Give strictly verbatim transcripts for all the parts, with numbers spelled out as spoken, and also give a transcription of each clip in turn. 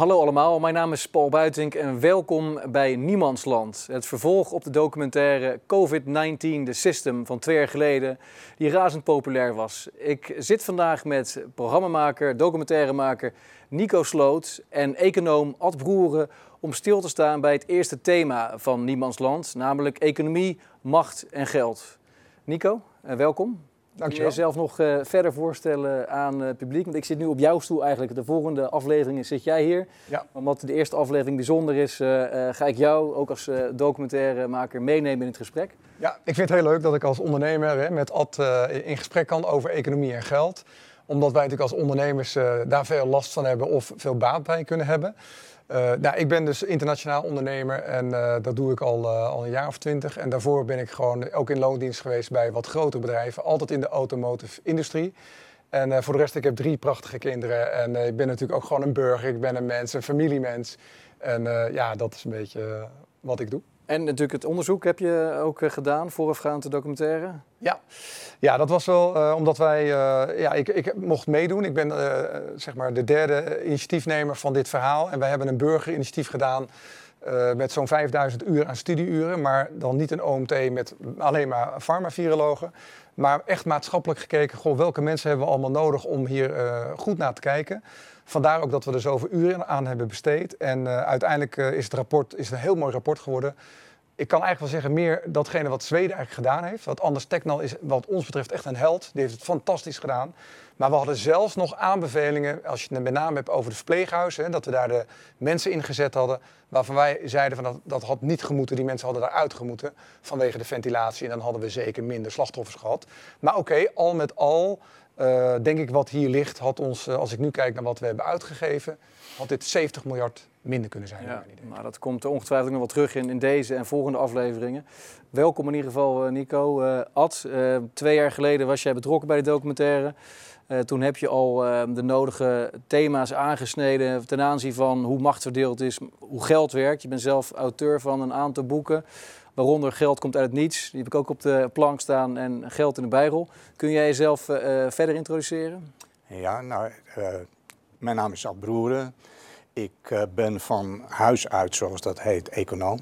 Hallo allemaal, mijn naam is Paul Buitink en welkom bij Niemandsland. Het vervolg op de documentaire COVID negentien, The System van twee jaar geleden, die razend populair was. Ik zit vandaag met programmamaker, documentairemaker Nico Sloot en econoom Ad Broeren om stil te staan bij het eerste thema van Niemandsland, namelijk economie, macht en geld. Nico, welkom. Kun je jezelf nog uh, verder voorstellen aan het publiek? Want ik zit nu op jouw stoel eigenlijk. De volgende aflevering zit jij hier. Ja. Omdat de eerste aflevering bijzonder is, uh, uh, ga ik jou ook als uh, documentairemaker meenemen in het gesprek. Ja, ik vind het heel leuk dat ik als ondernemer hè, met Ad uh, in gesprek kan over economie en geld. Omdat wij natuurlijk als ondernemers uh, daar veel last van hebben of veel baat bij kunnen hebben. Uh, nou, ik ben dus internationaal ondernemer en uh, dat doe ik al, uh, al een jaar of twintig. En daarvoor ben ik gewoon ook in loondienst geweest bij wat grotere bedrijven. Altijd in de automotive industrie. En uh, voor de rest, ik heb drie prachtige kinderen. En uh, ik ben natuurlijk ook gewoon een burger. Ik ben een mens, een familiemens. En uh, ja, dat is een beetje uh, wat ik doe. En natuurlijk het onderzoek heb je ook uh, gedaan, voorafgaand de documentaire. Ja. Ja, dat was wel uh, omdat wij, uh, ja, ik, ik mocht meedoen. Ik ben uh, zeg maar de derde initiatiefnemer van dit verhaal. En wij hebben een burgerinitiatief gedaan uh, met zo'n vijfduizend uur aan studieuren. Maar dan niet een O M T met alleen maar farmavirologen. Maar echt maatschappelijk gekeken, goh, welke mensen hebben we allemaal nodig om hier uh, goed naar te kijken. Vandaar ook dat we er zoveel uren aan hebben besteed. En uh, uiteindelijk uh, is het rapport is een heel mooi rapport geworden. Ik kan eigenlijk wel zeggen meer datgene wat Zweden eigenlijk gedaan heeft. Want Anders Tegnell is wat ons betreft echt een held. Die heeft het fantastisch gedaan. Maar we hadden zelfs nog aanbevelingen, als je het met name hebt over de verpleeghuizen, hè, dat we daar de mensen ingezet hadden, waarvan wij zeiden van dat, dat had niet gemoeten. Die mensen hadden daaruit gemoeten vanwege de ventilatie. En dan hadden we zeker minder slachtoffers gehad. Maar oké, okay, al met al, uh, denk ik wat hier ligt, had ons, uh, als ik nu kijk naar wat we hebben uitgegeven, had dit zeventig miljard minder kunnen zijn. Ja, maar dat komt ongetwijfeld nog wel terug in, in deze en volgende afleveringen. Welkom in ieder geval, uh, Nico. Uh, Ad, uh, twee jaar geleden was jij betrokken bij de documentaire. Uh, toen heb je al uh, de nodige thema's aangesneden ten aanzien van hoe macht verdeeld is, hoe geld werkt. Je bent zelf auteur van een aantal boeken, waaronder Geld komt uit het niets. Die heb ik ook op de plank staan en Geld in de Bijbel. Kun jij jezelf uh, verder introduceren? Ja, nou, uh, mijn naam is Ad Broeren. Ik uh, ben van huis uit, zoals dat heet, econoom.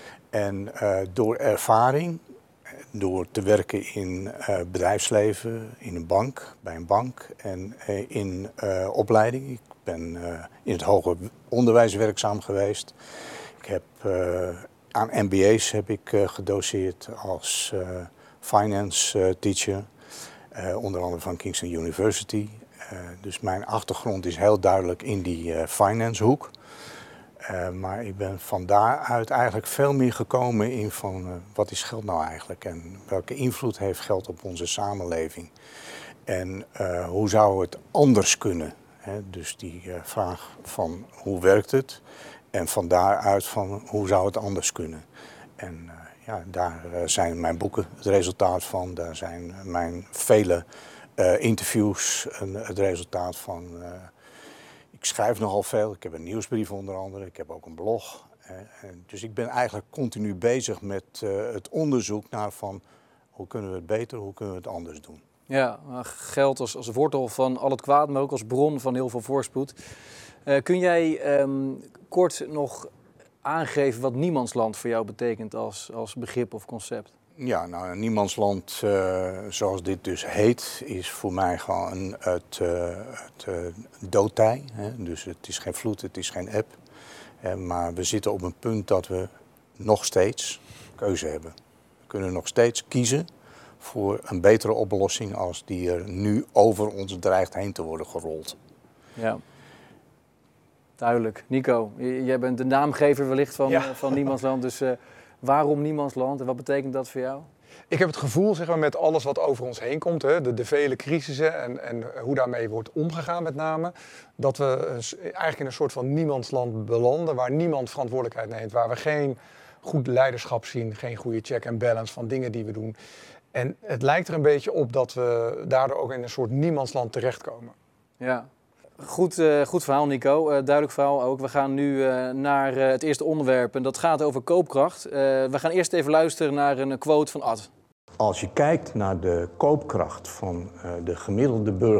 En uh, door ervaring, door te werken in uh, bedrijfsleven, in een bank, bij een bank en uh, in uh, opleiding. Ik ben uh, in het hoger onderwijs werkzaam geweest. Ik heb uh, aan M B A's heb ik uh, gedoseerd als uh, finance uh, teacher, uh, onder andere van Kingston University. Uh, dus mijn achtergrond is heel duidelijk in die uh, finance hoek. Uh, maar ik ben van daaruit eigenlijk veel meer gekomen in van uh, wat is geld nou eigenlijk en welke invloed heeft geld op onze samenleving. En uh, hoe zou het anders kunnen? Hè? Dus die uh, vraag van hoe werkt het en van daaruit van hoe zou het anders kunnen. En uh, ja, daar uh, zijn mijn boeken het resultaat van, daar zijn mijn vele Uh, interviews, en het resultaat van. Uh, ik schrijf nogal veel, ik heb een nieuwsbrief onder andere, ik heb ook een blog. Uh, en dus ik ben eigenlijk continu bezig met uh, het onderzoek naar van hoe kunnen we het beter, hoe kunnen we het anders doen. Ja, geld als, als wortel van al het kwaad, maar ook als bron van heel veel voorspoed. Uh, kun jij um, kort nog aangeven wat niemandsland voor jou betekent als, als begrip of concept? Ja, nou, een niemandsland, uh, zoals dit dus heet, is voor mij gewoon het, uh, het uh, doodtij. Hè? Dus het is geen vloed, het is geen eb. Uh, maar we zitten op een punt dat we nog steeds keuze hebben. We kunnen nog steeds kiezen voor een betere oplossing als die er nu over ons dreigt heen te worden gerold. Ja. Duidelijk. Nico, j- jij bent de naamgever wellicht van, ja. uh, van Niemandsland, dus uh, waarom Niemandsland en wat betekent dat voor jou? Ik heb het gevoel, zeg maar, met alles wat over ons heen komt, hè, de, de vele crisissen en, en hoe daarmee wordt omgegaan met name, dat we eigenlijk in een soort van niemandsland belanden, waar niemand verantwoordelijkheid neemt, waar we geen goed leiderschap zien, geen goede check en balance van dingen die we doen. En het lijkt er een beetje op dat we daardoor ook in een soort niemandsland terechtkomen. Ja. Goed, uh, goed verhaal, Nico. Uh, duidelijk verhaal ook. We gaan nu uh, naar uh, het eerste onderwerp en dat gaat over koopkracht. Uh, we gaan eerst even luisteren naar een quote van Ad. Als je kijkt naar de koopkracht van uh, de gemiddelde burger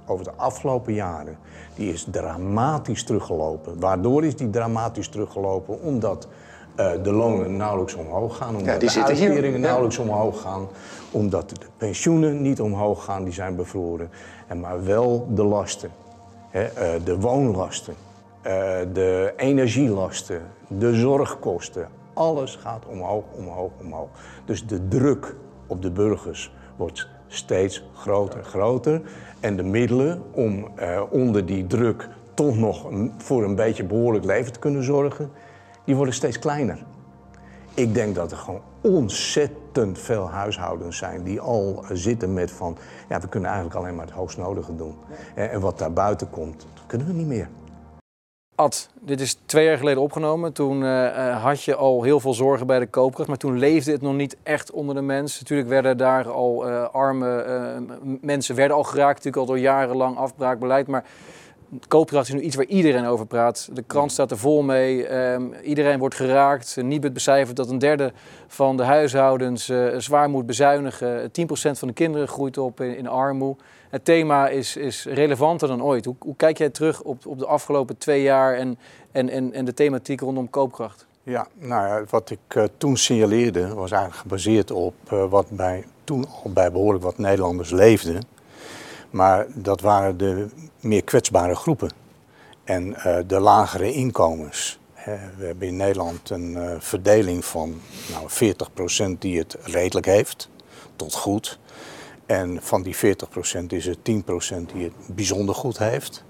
over de afgelopen jaren, die is dramatisch teruggelopen. Waardoor is die dramatisch teruggelopen? Omdat uh, de lonen nauwelijks omhoog gaan, omdat ja, de uitkeringen nauwelijks ja. omhoog gaan, omdat de pensioenen niet omhoog gaan, die zijn bevroren. En maar wel de lasten, hè, uh, de woonlasten, uh, de energielasten, de zorgkosten. Alles gaat omhoog, omhoog, omhoog. Dus de druk op de burgers wordt steeds groter en groter. En de middelen om uh, onder die druk toch nog voor een beetje behoorlijk leven te kunnen zorgen, die worden steeds kleiner. Ik denk dat er gewoon ontzettend veel huishoudens zijn die al zitten met van, ja, we kunnen eigenlijk alleen maar het hoogstnodige doen. En, en wat daar buiten komt, dat kunnen we niet meer. Ad, dit is twee jaar geleden opgenomen. Toen uh, had je al heel veel zorgen bij de koopkracht, maar toen leefde het nog niet echt onder de mensen. Natuurlijk werden daar al uh, arme uh, mensen werden al geraakt, natuurlijk al door jarenlang afbraakbeleid. Maar de koopkracht is nu iets waar iedereen over praat. De krant staat er vol mee. Um, iedereen wordt geraakt. Nibud becijfert dat een derde van de huishoudens uh, zwaar moet bezuinigen. tien procent van de kinderen groeit op in, in armoede. Het thema is, is relevanter dan ooit. Hoe, hoe kijk jij terug op, op de afgelopen twee jaar en, en, en, en de thematiek rondom koopkracht? Ja, nou ja, wat ik uh, toen signaleerde was eigenlijk gebaseerd op uh, wat bij, toen al bij behoorlijk wat Nederlanders leefden. Maar dat waren de meer kwetsbare groepen en uh, de lagere inkomens. He, we hebben in Nederland een uh, verdeling van nou, veertig procent die het redelijk heeft, tot goed. En van die veertig procent is het tien procent die het bijzonder goed heeft.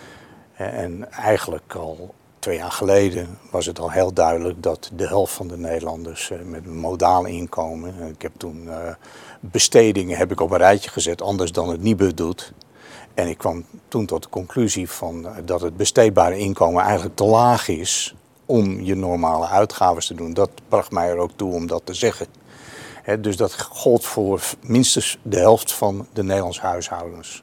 En eigenlijk al twee jaar geleden was het al heel duidelijk dat de helft van de Nederlanders met een modaal inkomen, ik heb toen uh, bestedingen heb ik op een rijtje gezet, anders dan het Nibud doet. En ik kwam toen tot de conclusie van, uh, dat het besteedbare inkomen eigenlijk te laag is om je normale uitgaven te doen. Dat bracht mij er ook toe om dat te zeggen. He, dus dat gold voor minstens de helft van de Nederlandse huishoudens.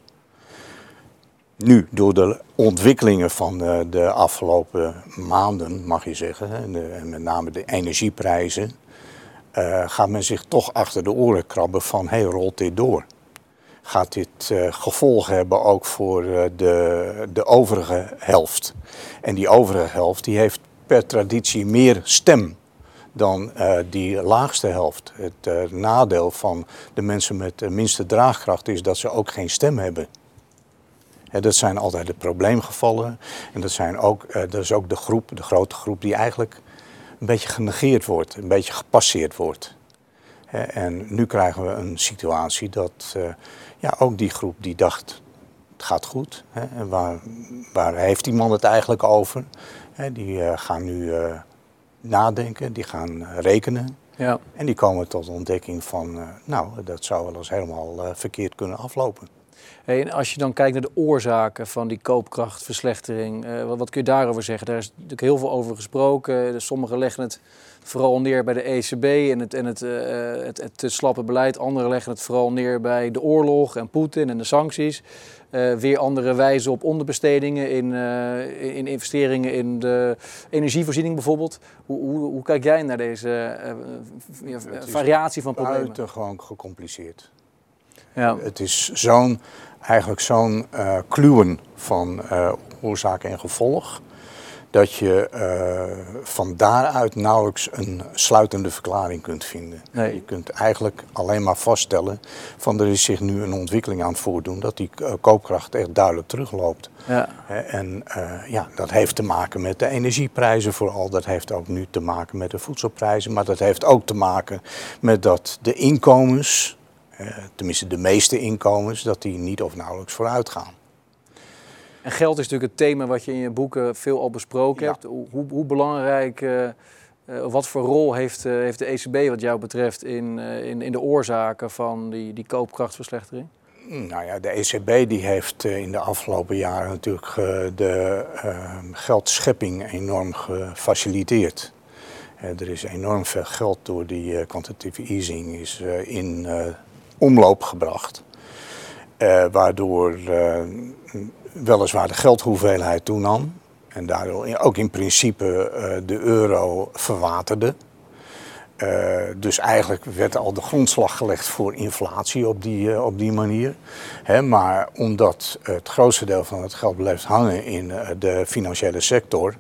Nu, door de ontwikkelingen van de, de afgelopen maanden, mag je zeggen, en, de, en met name de energieprijzen, uh, gaat men zich toch achter de oren krabben van, hé, hey, rolt dit door? Gaat dit uh, gevolgen hebben ook voor uh, de, de overige helft? En die overige helft die heeft per traditie meer stem dan uh, die laagste helft. Het uh, nadeel van de mensen met de minste draagkracht is dat ze ook geen stem hebben. He, dat zijn altijd de probleemgevallen. En dat, zijn ook, uh, dat is ook de groep, de grote groep die eigenlijk een beetje genegeerd wordt, een beetje gepasseerd wordt. He, en nu krijgen we een situatie dat uh, ja, ook die groep die dacht, het gaat goed. He, en waar, waar heeft die man het eigenlijk over? He, die uh, gaan nu Uh, nadenken, die gaan rekenen ja. En die komen tot de ontdekking van, uh, nou, dat zou wel eens helemaal uh, verkeerd kunnen aflopen. Hey, en als je dan kijkt naar de oorzaken van die koopkrachtverslechtering, uh, wat, wat kun je daarover zeggen? Daar is natuurlijk heel veel over gesproken. Sommigen leggen het vooral neer bij de E C B en het, en het, uh, het, het te slappe beleid. Anderen leggen het vooral neer bij de oorlog en Poetin en de sancties. Uh, weer andere wijzen op onderbestedingen in, uh, in investeringen in de energievoorziening bijvoorbeeld. Hoe, hoe, hoe kijk jij naar deze uh, variatie van problemen? Het is buitengewoon gecompliceerd. Ja. Het is zo'n, eigenlijk zo'n uh, kluwen van uh, oorzaak en gevolg, dat je uh, van daaruit nauwelijks een sluitende verklaring kunt vinden. Nee. Je kunt eigenlijk alleen maar vaststellen van er is zich nu een ontwikkeling aan het voordoen dat die uh, koopkracht echt duidelijk terugloopt. Ja. He, en uh, ja, dat heeft te maken met de energieprijzen vooral, dat heeft ook nu te maken met de voedselprijzen, maar dat heeft ook te maken met dat de inkomens, uh, tenminste de meeste inkomens, dat die niet of nauwelijks vooruit gaan. En geld is natuurlijk het thema wat je in je boeken veel al besproken ja. hebt. Hoe, hoe belangrijk, uh, uh, wat voor rol heeft, uh, heeft de E C B wat jou betreft in, uh, in, in de oorzaken van die, die koopkrachtverslechtering? Nou ja, de E C B die heeft uh, in de afgelopen jaren natuurlijk uh, de uh, geldschepping enorm gefaciliteerd. Uh, er is enorm veel geld door die uh, quantitative easing is, uh, in uh, omloop gebracht. Uh, waardoor Uh, weliswaar de geldhoeveelheid toenam en daardoor ook in principe uh, de euro verwaterde. Uh, dus eigenlijk werd al de grondslag gelegd voor inflatie op die, uh, op die manier. Hè, maar omdat het grootste deel van het geld blijft hangen in uh, de financiële sector,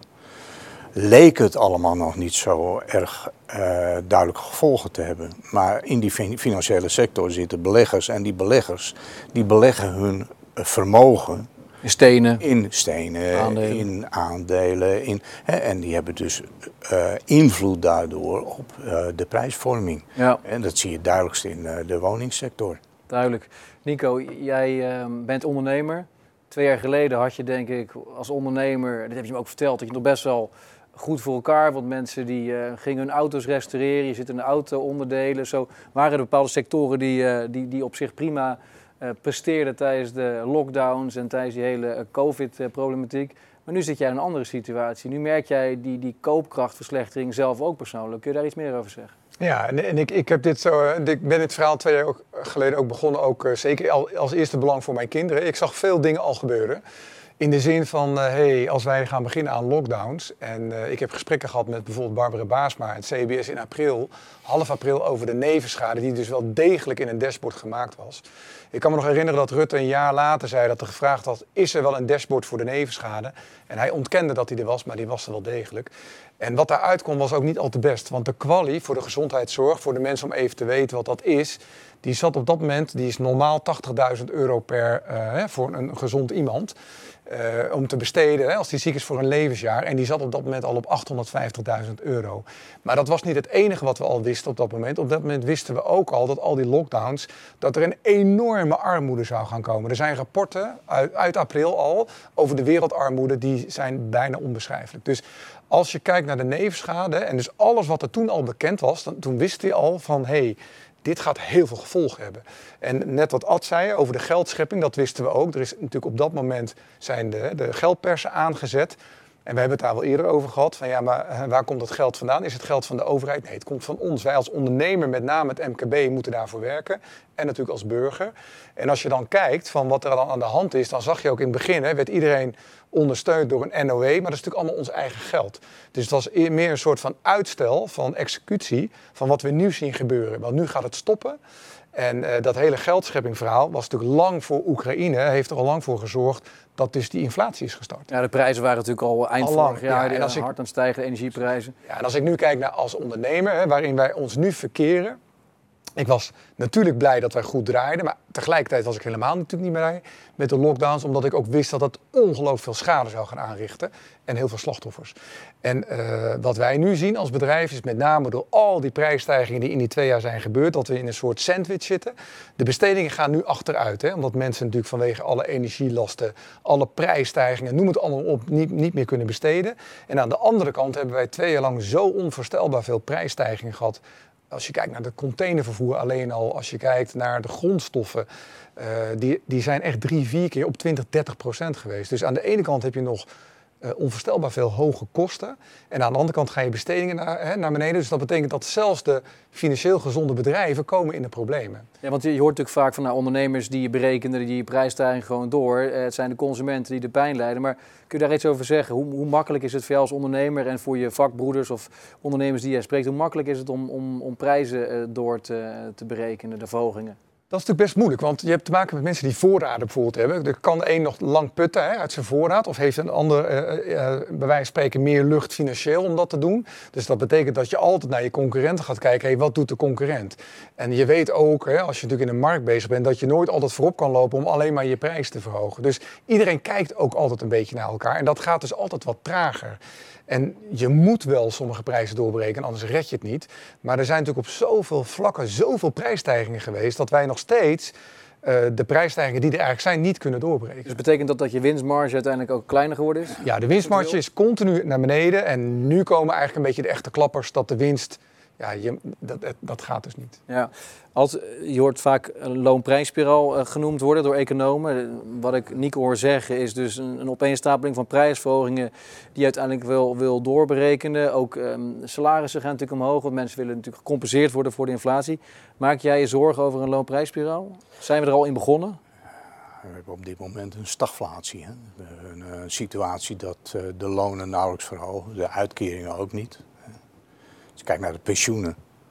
leek het allemaal nog niet zo erg uh, duidelijke gevolgen te hebben. Maar in die financiële sector zitten beleggers en die beleggers die beleggen hun vermogen in stenen, in, stenen, aandelen. in aandelen. In, hè, en die hebben dus uh, invloed daardoor op uh, de prijsvorming. Ja. En dat zie je duidelijkst in uh, de woningsector. Duidelijk. Nico, jij uh, bent ondernemer. Twee jaar geleden had je denk ik als ondernemer, dit heb je me ook verteld, dat je nog best wel goed voor elkaar, want mensen die uh, gingen hun auto's restaureren, je zit in de auto-onderdelen. Zo waren er bepaalde sectoren die, uh, die, die op zich prima uh, presteerden tijdens de lockdowns en tijdens die hele uh, COVID-problematiek. Maar nu zit jij in een andere situatie. Nu merk jij die, die koopkrachtverslechtering zelf ook persoonlijk. Kun je daar iets meer over zeggen? Ja, en, en ik, ik, heb dit zo, ik ben dit verhaal twee jaar ook, geleden ook begonnen, ook uh, zeker al, als eerste belang voor mijn kinderen. Ik zag veel dingen al gebeuren. In de zin van, uh, hey, als wij gaan beginnen aan lockdowns. En uh, ik heb gesprekken gehad met bijvoorbeeld Barbara Baasma, het C B S in april, half april, over de nevenschade, die dus wel degelijk in een dashboard gemaakt was. Ik kan me nog herinneren dat Rutte een jaar later zei dat er gevraagd had, is er wel een dashboard voor de nevenschade? En hij ontkende dat die er was, maar die was er wel degelijk. En wat daaruit kwam was ook niet al te best. Want de kwalie voor de gezondheidszorg, voor de mensen om even te weten wat dat is, die zat op dat moment, die is normaal tachtigduizend euro per, uh, voor een gezond iemand. Uh, om te besteden, hè, als die ziek is voor een levensjaar. En die zat op dat moment al op achthonderdvijftigduizend euro. Maar dat was niet het enige wat we al wisten op dat moment. Op dat moment wisten we ook al dat al die lockdowns, dat er een enorme armoede zou gaan komen. Er zijn rapporten uit, uit april al over de wereldarmoede, die zijn bijna onbeschrijfelijk. Dus als je kijkt naar de nevenschade en dus alles wat er toen al bekend was, dan, toen wist hij al van, hé, hey, dit gaat heel veel gevolgen hebben. En net wat Ad zei over de geldschepping, dat wisten we ook. Er is natuurlijk op dat moment zijn de, de geldpersen aangezet. En we hebben het daar wel eerder over gehad. Van ja, maar waar komt dat geld vandaan? Is het geld van de overheid? Nee, het komt van ons. Wij als ondernemer, met name het M K B, moeten daarvoor werken. En natuurlijk als burger. En als je dan kijkt van wat er dan aan de hand is, dan zag je ook in het begin, hè, werd iedereen ondersteund door een N O W, maar dat is natuurlijk allemaal ons eigen geld. Dus het was meer een soort van uitstel van executie van wat we nu zien gebeuren. Want nu gaat het stoppen. En uh, dat hele geldscheppingverhaal was natuurlijk lang voor Oekraïne, heeft er al lang voor gezorgd dat dus die inflatie is gestart. Ja, de prijzen waren natuurlijk al eind al vorig jaar, ja, en als hard ik, aan het stijgen, de energieprijzen. Ja, en als ik nu kijk naar als ondernemer, hè, waarin wij ons nu verkeren. Ik was natuurlijk blij dat wij goed draaiden, maar tegelijkertijd was ik helemaal natuurlijk niet blij met de lockdowns, omdat ik ook wist dat het ongelooflijk veel schade zou gaan aanrichten en heel veel slachtoffers. En uh, wat wij nu zien als bedrijf is met name door al die prijsstijgingen die in die twee jaar zijn gebeurd, dat we in een soort sandwich zitten. De bestedingen gaan nu achteruit, hè, omdat mensen natuurlijk vanwege alle energielasten, alle prijsstijgingen, noem het allemaal op, niet, niet meer kunnen besteden. En aan de andere kant hebben wij twee jaar lang zo onvoorstelbaar veel prijsstijgingen gehad. Als je kijkt naar de containervervoer alleen al, als je kijkt naar de grondstoffen, uh, die, die zijn echt drie, vier keer op twintig, dertig procent geweest. Dus aan de ene kant heb je nog uh, onvoorstelbaar veel hoge kosten. En aan de andere kant ga je bestedingen naar, hè, naar beneden. Dus dat betekent dat zelfs de financieel gezonde bedrijven komen in de problemen. Ja, want je hoort natuurlijk vaak van nou, ondernemers die je berekenen, die je prijsstijging gewoon door. Uh, het zijn de consumenten die de pijn lijden. Maar kun je daar iets over zeggen? Hoe, hoe makkelijk is het voor jou als ondernemer en voor je vakbroeders of ondernemers die jij spreekt, hoe makkelijk is het om, om, om prijzen uh, door te, te berekenen, de verhogingen? Dat is natuurlijk best moeilijk, want je hebt te maken met mensen die voorraden bijvoorbeeld hebben. Er kan de een nog lang putten, hè, uit zijn voorraad of heeft een ander, uh, uh, bij wijze van spreken, meer lucht financieel om dat te doen. Dus dat betekent dat je altijd naar je concurrenten gaat kijken, hey, wat doet de concurrent? En je weet ook, hè, als je natuurlijk in een markt bezig bent, dat je nooit altijd voorop kan lopen om alleen maar je prijs te verhogen. Dus iedereen kijkt ook altijd een beetje naar elkaar en dat gaat dus altijd wat trager. En je moet wel sommige prijzen doorbreken, anders red je het niet. Maar er zijn natuurlijk op zoveel vlakken zoveel prijsstijgingen geweest, dat wij nog steeds uh, de prijsstijgingen die er eigenlijk zijn niet kunnen doorbreken. Dus betekent dat dat je winstmarge uiteindelijk ook kleiner geworden is? Ja, de winstmarge is continu naar beneden. En nu komen eigenlijk een beetje de echte klappers dat de winst, ja, je, dat, dat gaat dus niet. Ja, als, je hoort vaak een loonprijsspiraal uh, genoemd worden door economen. Wat ik Nico hoor zeggen is dus een, een opeenstapeling van prijsverhogingen die je uiteindelijk wil, wil doorberekenen. Ook um, salarissen gaan natuurlijk omhoog, want mensen willen natuurlijk gecompenseerd worden voor de inflatie. Maak jij je zorgen over een loonprijsspiraal? Zijn we er al in begonnen? We hebben op dit moment een stagflatie. Hè? Een, een situatie dat uh, de lonen nauwelijks verhogen, de uitkeringen ook niet. Als je kijkt naar de pensioenen,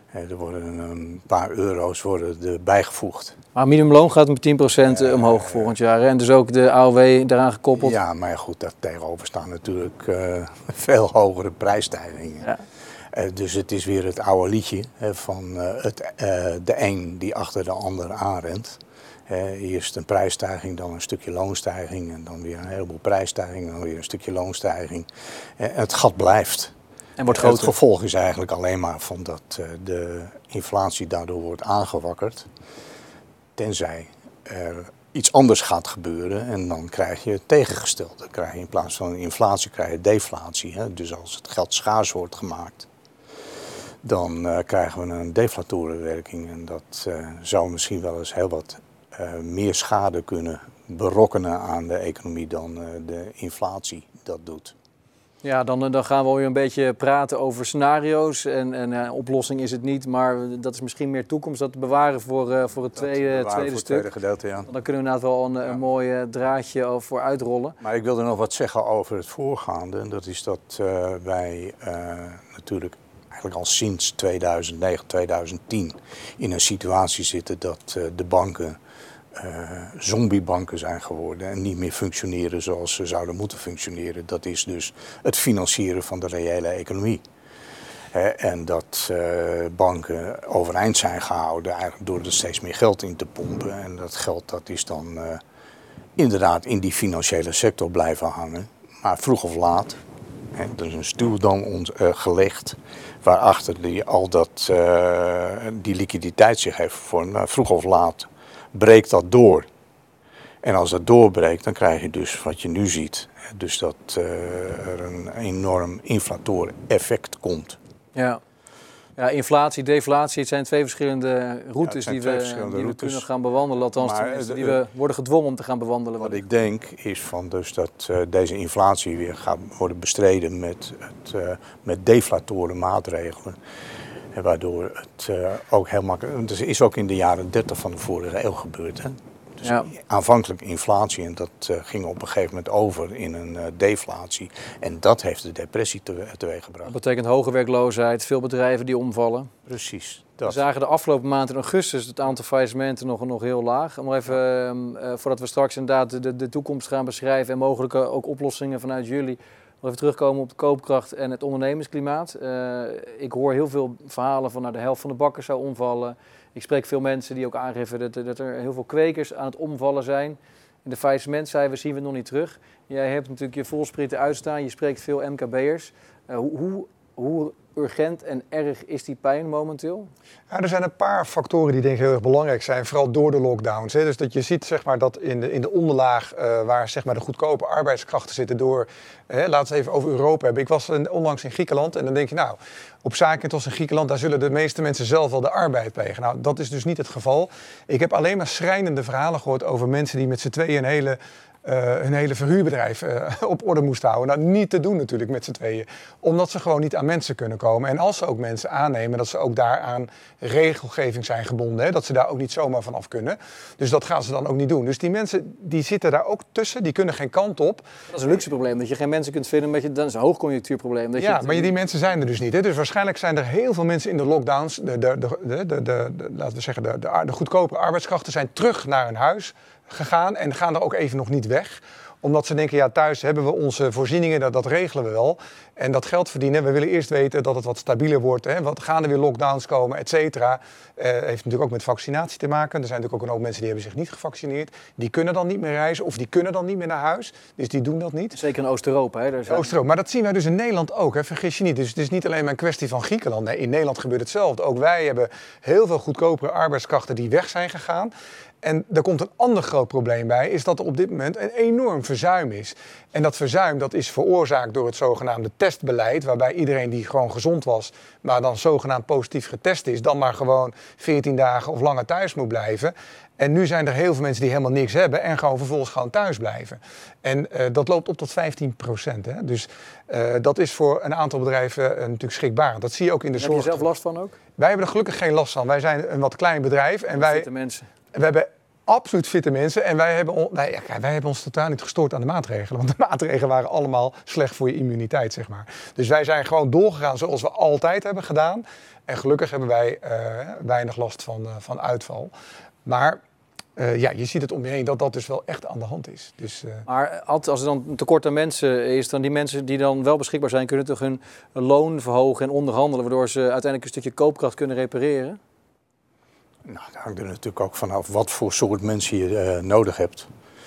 Er worden een paar euro's worden er bijgevoegd. Maar minimumloon gaat met tien procent uh, omhoog volgend jaar. Hè? En dus ook de A O W daaraan gekoppeld. Ja, maar goed, daar tegenover staan natuurlijk uh, veel hogere prijsstijgingen. Ja. Uh, dus het is weer het oude liedje hè, van uh, het, uh, de een die achter de ander aanrent. Uh, eerst een prijsstijging, dan een stukje loonstijging en dan weer een heleboel prijsstijging en dan weer een stukje loonstijging. Uh, het gat blijft. En wordt groter. Het gevolg is eigenlijk alleen maar van dat uh, de inflatie daardoor wordt aangewakkerd. Tenzij er iets anders gaat gebeuren en dan krijg je het tegengestelde. Dan krijg je in plaats van inflatie krijg je deflatie. Hè? Dus als het geld schaars wordt gemaakt, dan uh, krijgen we een deflatorenwerking. En dat uh, zou misschien wel eens heel wat uh, meer schade kunnen berokkenen aan de economie dan uh, de inflatie dat doet. Ja, dan, dan gaan we weer een beetje praten over scenario's. En, en uh, oplossing is het niet, maar dat is misschien meer toekomst. Dat bewaren voor, uh, voor het tweede, tweede voor stuk. Tweede gedeelte, ja. Dan kunnen we inderdaad wel een, ja. een mooi uh, draadje voor uitrollen. Maar ik wilde nog wat zeggen over het voorgaande. En dat is dat uh, wij uh, natuurlijk eigenlijk al sinds tweeduizend negen, tweeduizend tien in een situatie zitten dat uh, de banken Uh, zombiebanken zijn geworden en niet meer functioneren zoals ze zouden moeten functioneren. Dat is dus het financieren van de reële economie. He, en dat uh, banken overeind zijn gehouden eigenlijk door er steeds meer geld in te pompen. En dat geld dat is dan uh, inderdaad in die financiële sector blijven hangen. Maar vroeg of laat, he, er is een stuw dan ons, uh, gelegd waarachter die, al dat, uh, die liquiditeit zich heeft gevormd. Nou, vroeg of laat breekt dat door. En als dat doorbreekt, dan krijg je dus wat je nu ziet. Dus dat uh, er een enorm inflator effect komt. Ja. Ja, inflatie, deflatie, het zijn twee verschillende routes ja, die, twee we, verschillende die we routes. kunnen gaan bewandelen. Althans, maar, de, die we worden gedwongen om te gaan bewandelen. Wat ik denk is van dus dat uh, deze inflatie weer gaat worden bestreden met, het, uh, met deflatoren maatregelen. En waardoor het uh, ook heel makkelijk... Dat is ook in de jaren dertig van de vorige eeuw gebeurd. Hè? Dus ja. Aanvankelijk inflatie en dat uh, ging op een gegeven moment over in een uh, deflatie. En dat heeft de depressie te, teweeggebracht. Dat betekent hoge werkloosheid, veel bedrijven die omvallen. Precies. Dat. We zagen de afgelopen maand in augustus het aantal faillissementen nog, nog heel laag. Om even, uh, voordat we straks inderdaad de, de toekomst gaan beschrijven en mogelijk ook oplossingen vanuit jullie... Nog even terugkomen op de koopkracht en het ondernemersklimaat. Uh, ik hoor heel veel verhalen van nou, de helft van de bakkers zou omvallen. Ik spreek veel mensen die ook aangeven dat, dat er heel veel kwekers aan het omvallen zijn. In de faillissementcijfers zien we het nog niet terug. Jij hebt natuurlijk je volsprieten uitstaan, je spreekt veel M K B'ers. Uh, hoe, hoe, hoe urgent en erg is die pijn momenteel? Ja, er zijn een paar factoren die denk ik heel erg belangrijk zijn, vooral door de lockdowns. Hè. Dus dat je ziet zeg maar, dat in de, in de onderlaag uh, waar zeg maar, de goedkope arbeidskrachten zitten door... Hè, laten we het even over Europa hebben. Ik was een, onlangs in Griekenland en dan denk je nou, op Zakynthos in Griekenland, daar zullen de meeste mensen zelf wel de arbeid plegen. Nou, dat is dus niet het geval. Ik heb alleen maar schrijnende verhalen gehoord over mensen die met z'n tweeën een hele... Uh, hun hele verhuurbedrijf uh, op orde moesten houden. Nou, niet te doen natuurlijk met z'n tweeën. Omdat ze gewoon niet aan mensen kunnen komen. En als ze ook mensen aannemen, dat ze ook daaraan regelgeving zijn gebonden. Hè? Dat ze daar ook niet zomaar van af kunnen. Dus dat gaan ze dan ook niet doen. Dus die mensen die zitten daar ook tussen, die kunnen geen kant op. Dat is een luxe probleem, dat je geen mensen kunt vinden. Met je, dat is een hoogconjunctuurprobleem. Dat ja, je maar die mensen zijn er dus niet. Hè? Dus waarschijnlijk zijn er heel veel mensen in de lockdowns. De, de, de, de, de, de, de, laten we zeggen, de, de, de goedkope arbeidskrachten zijn terug naar hun huis gegaan en gaan er ook even nog niet weg. Omdat ze denken, ja, thuis hebben we onze voorzieningen, dat, dat regelen we wel. En dat geld verdienen, we willen eerst weten dat het wat stabieler wordt. Hè. Wat gaan er weer lockdowns komen, et cetera. Uh, heeft natuurlijk ook met vaccinatie te maken. Er zijn natuurlijk ook een hoop mensen die hebben zich niet gevaccineerd. Die kunnen dan niet meer reizen of die kunnen dan niet meer naar huis. Dus die doen dat niet. Zeker in Oost-Europa. Hè? Zijn... Oost-Europa. Maar dat zien wij dus in Nederland ook, hè. Vergis je niet. Dus het is niet alleen maar een kwestie van Griekenland. Nee, in Nederland gebeurt hetzelfde. Ook wij hebben heel veel goedkopere arbeidskrachten die weg zijn gegaan. En er komt een ander groot probleem bij, is dat er op dit moment een enorm verzuim is. En dat verzuim dat is veroorzaakt door het zogenaamde testbeleid, waarbij iedereen die gewoon gezond was, maar dan zogenaamd positief getest is, dan maar gewoon veertien dagen of langer thuis moet blijven. En nu zijn er heel veel mensen die helemaal niks hebben en gewoon vervolgens gewoon thuis blijven. En uh, dat loopt op tot vijftien procent. Hè? Dus uh, dat is voor een aantal bedrijven uh, natuurlijk schrikbarend. Dat zie je ook in de zorg. Heb je zelf last van ook? Wij hebben er gelukkig geen last van. Wij zijn een wat klein bedrijf. En wij, mensen. we hebben absoluut fitte mensen. En wij hebben, on, nee, ja, wij hebben ons totaal niet gestoord aan de maatregelen. Want de maatregelen waren allemaal slecht voor je immuniteit, zeg maar. Dus wij zijn gewoon doorgegaan zoals we altijd hebben gedaan. En gelukkig hebben wij uh, weinig last van, uh, van uitval. Maar uh, ja, je ziet het om je heen dat dat dus wel echt aan de hand is. Dus, uh... Maar als er dan een tekort aan mensen is, dan die mensen die dan wel beschikbaar zijn, kunnen toch hun loon verhogen en onderhandelen, waardoor ze uiteindelijk een stukje koopkracht kunnen repareren? Nou, dat hangt er natuurlijk ook vanaf wat voor soort mensen je uh, nodig hebt.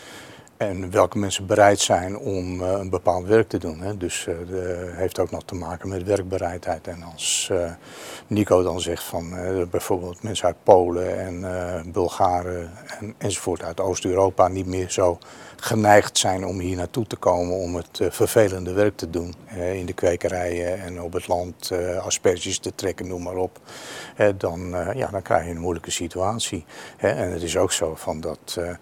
En welke mensen bereid zijn om uh, een bepaald werk te doen. Hè. Dus dat uh, heeft ook nog te maken met werkbereidheid. En als uh, Nico dan zegt van uh, bijvoorbeeld mensen uit Polen en uh, Bulgaren en, enzovoort uit Oost-Europa niet meer zo geneigd zijn om hier naartoe te komen om het uh, vervelende werk te doen. Uh, in de kwekerijen en op het land uh, asperges te trekken, noem maar op. Uh, dan, uh, ja, dan krijg je een moeilijke situatie. Uh, en het is ook zo van dat... Uh,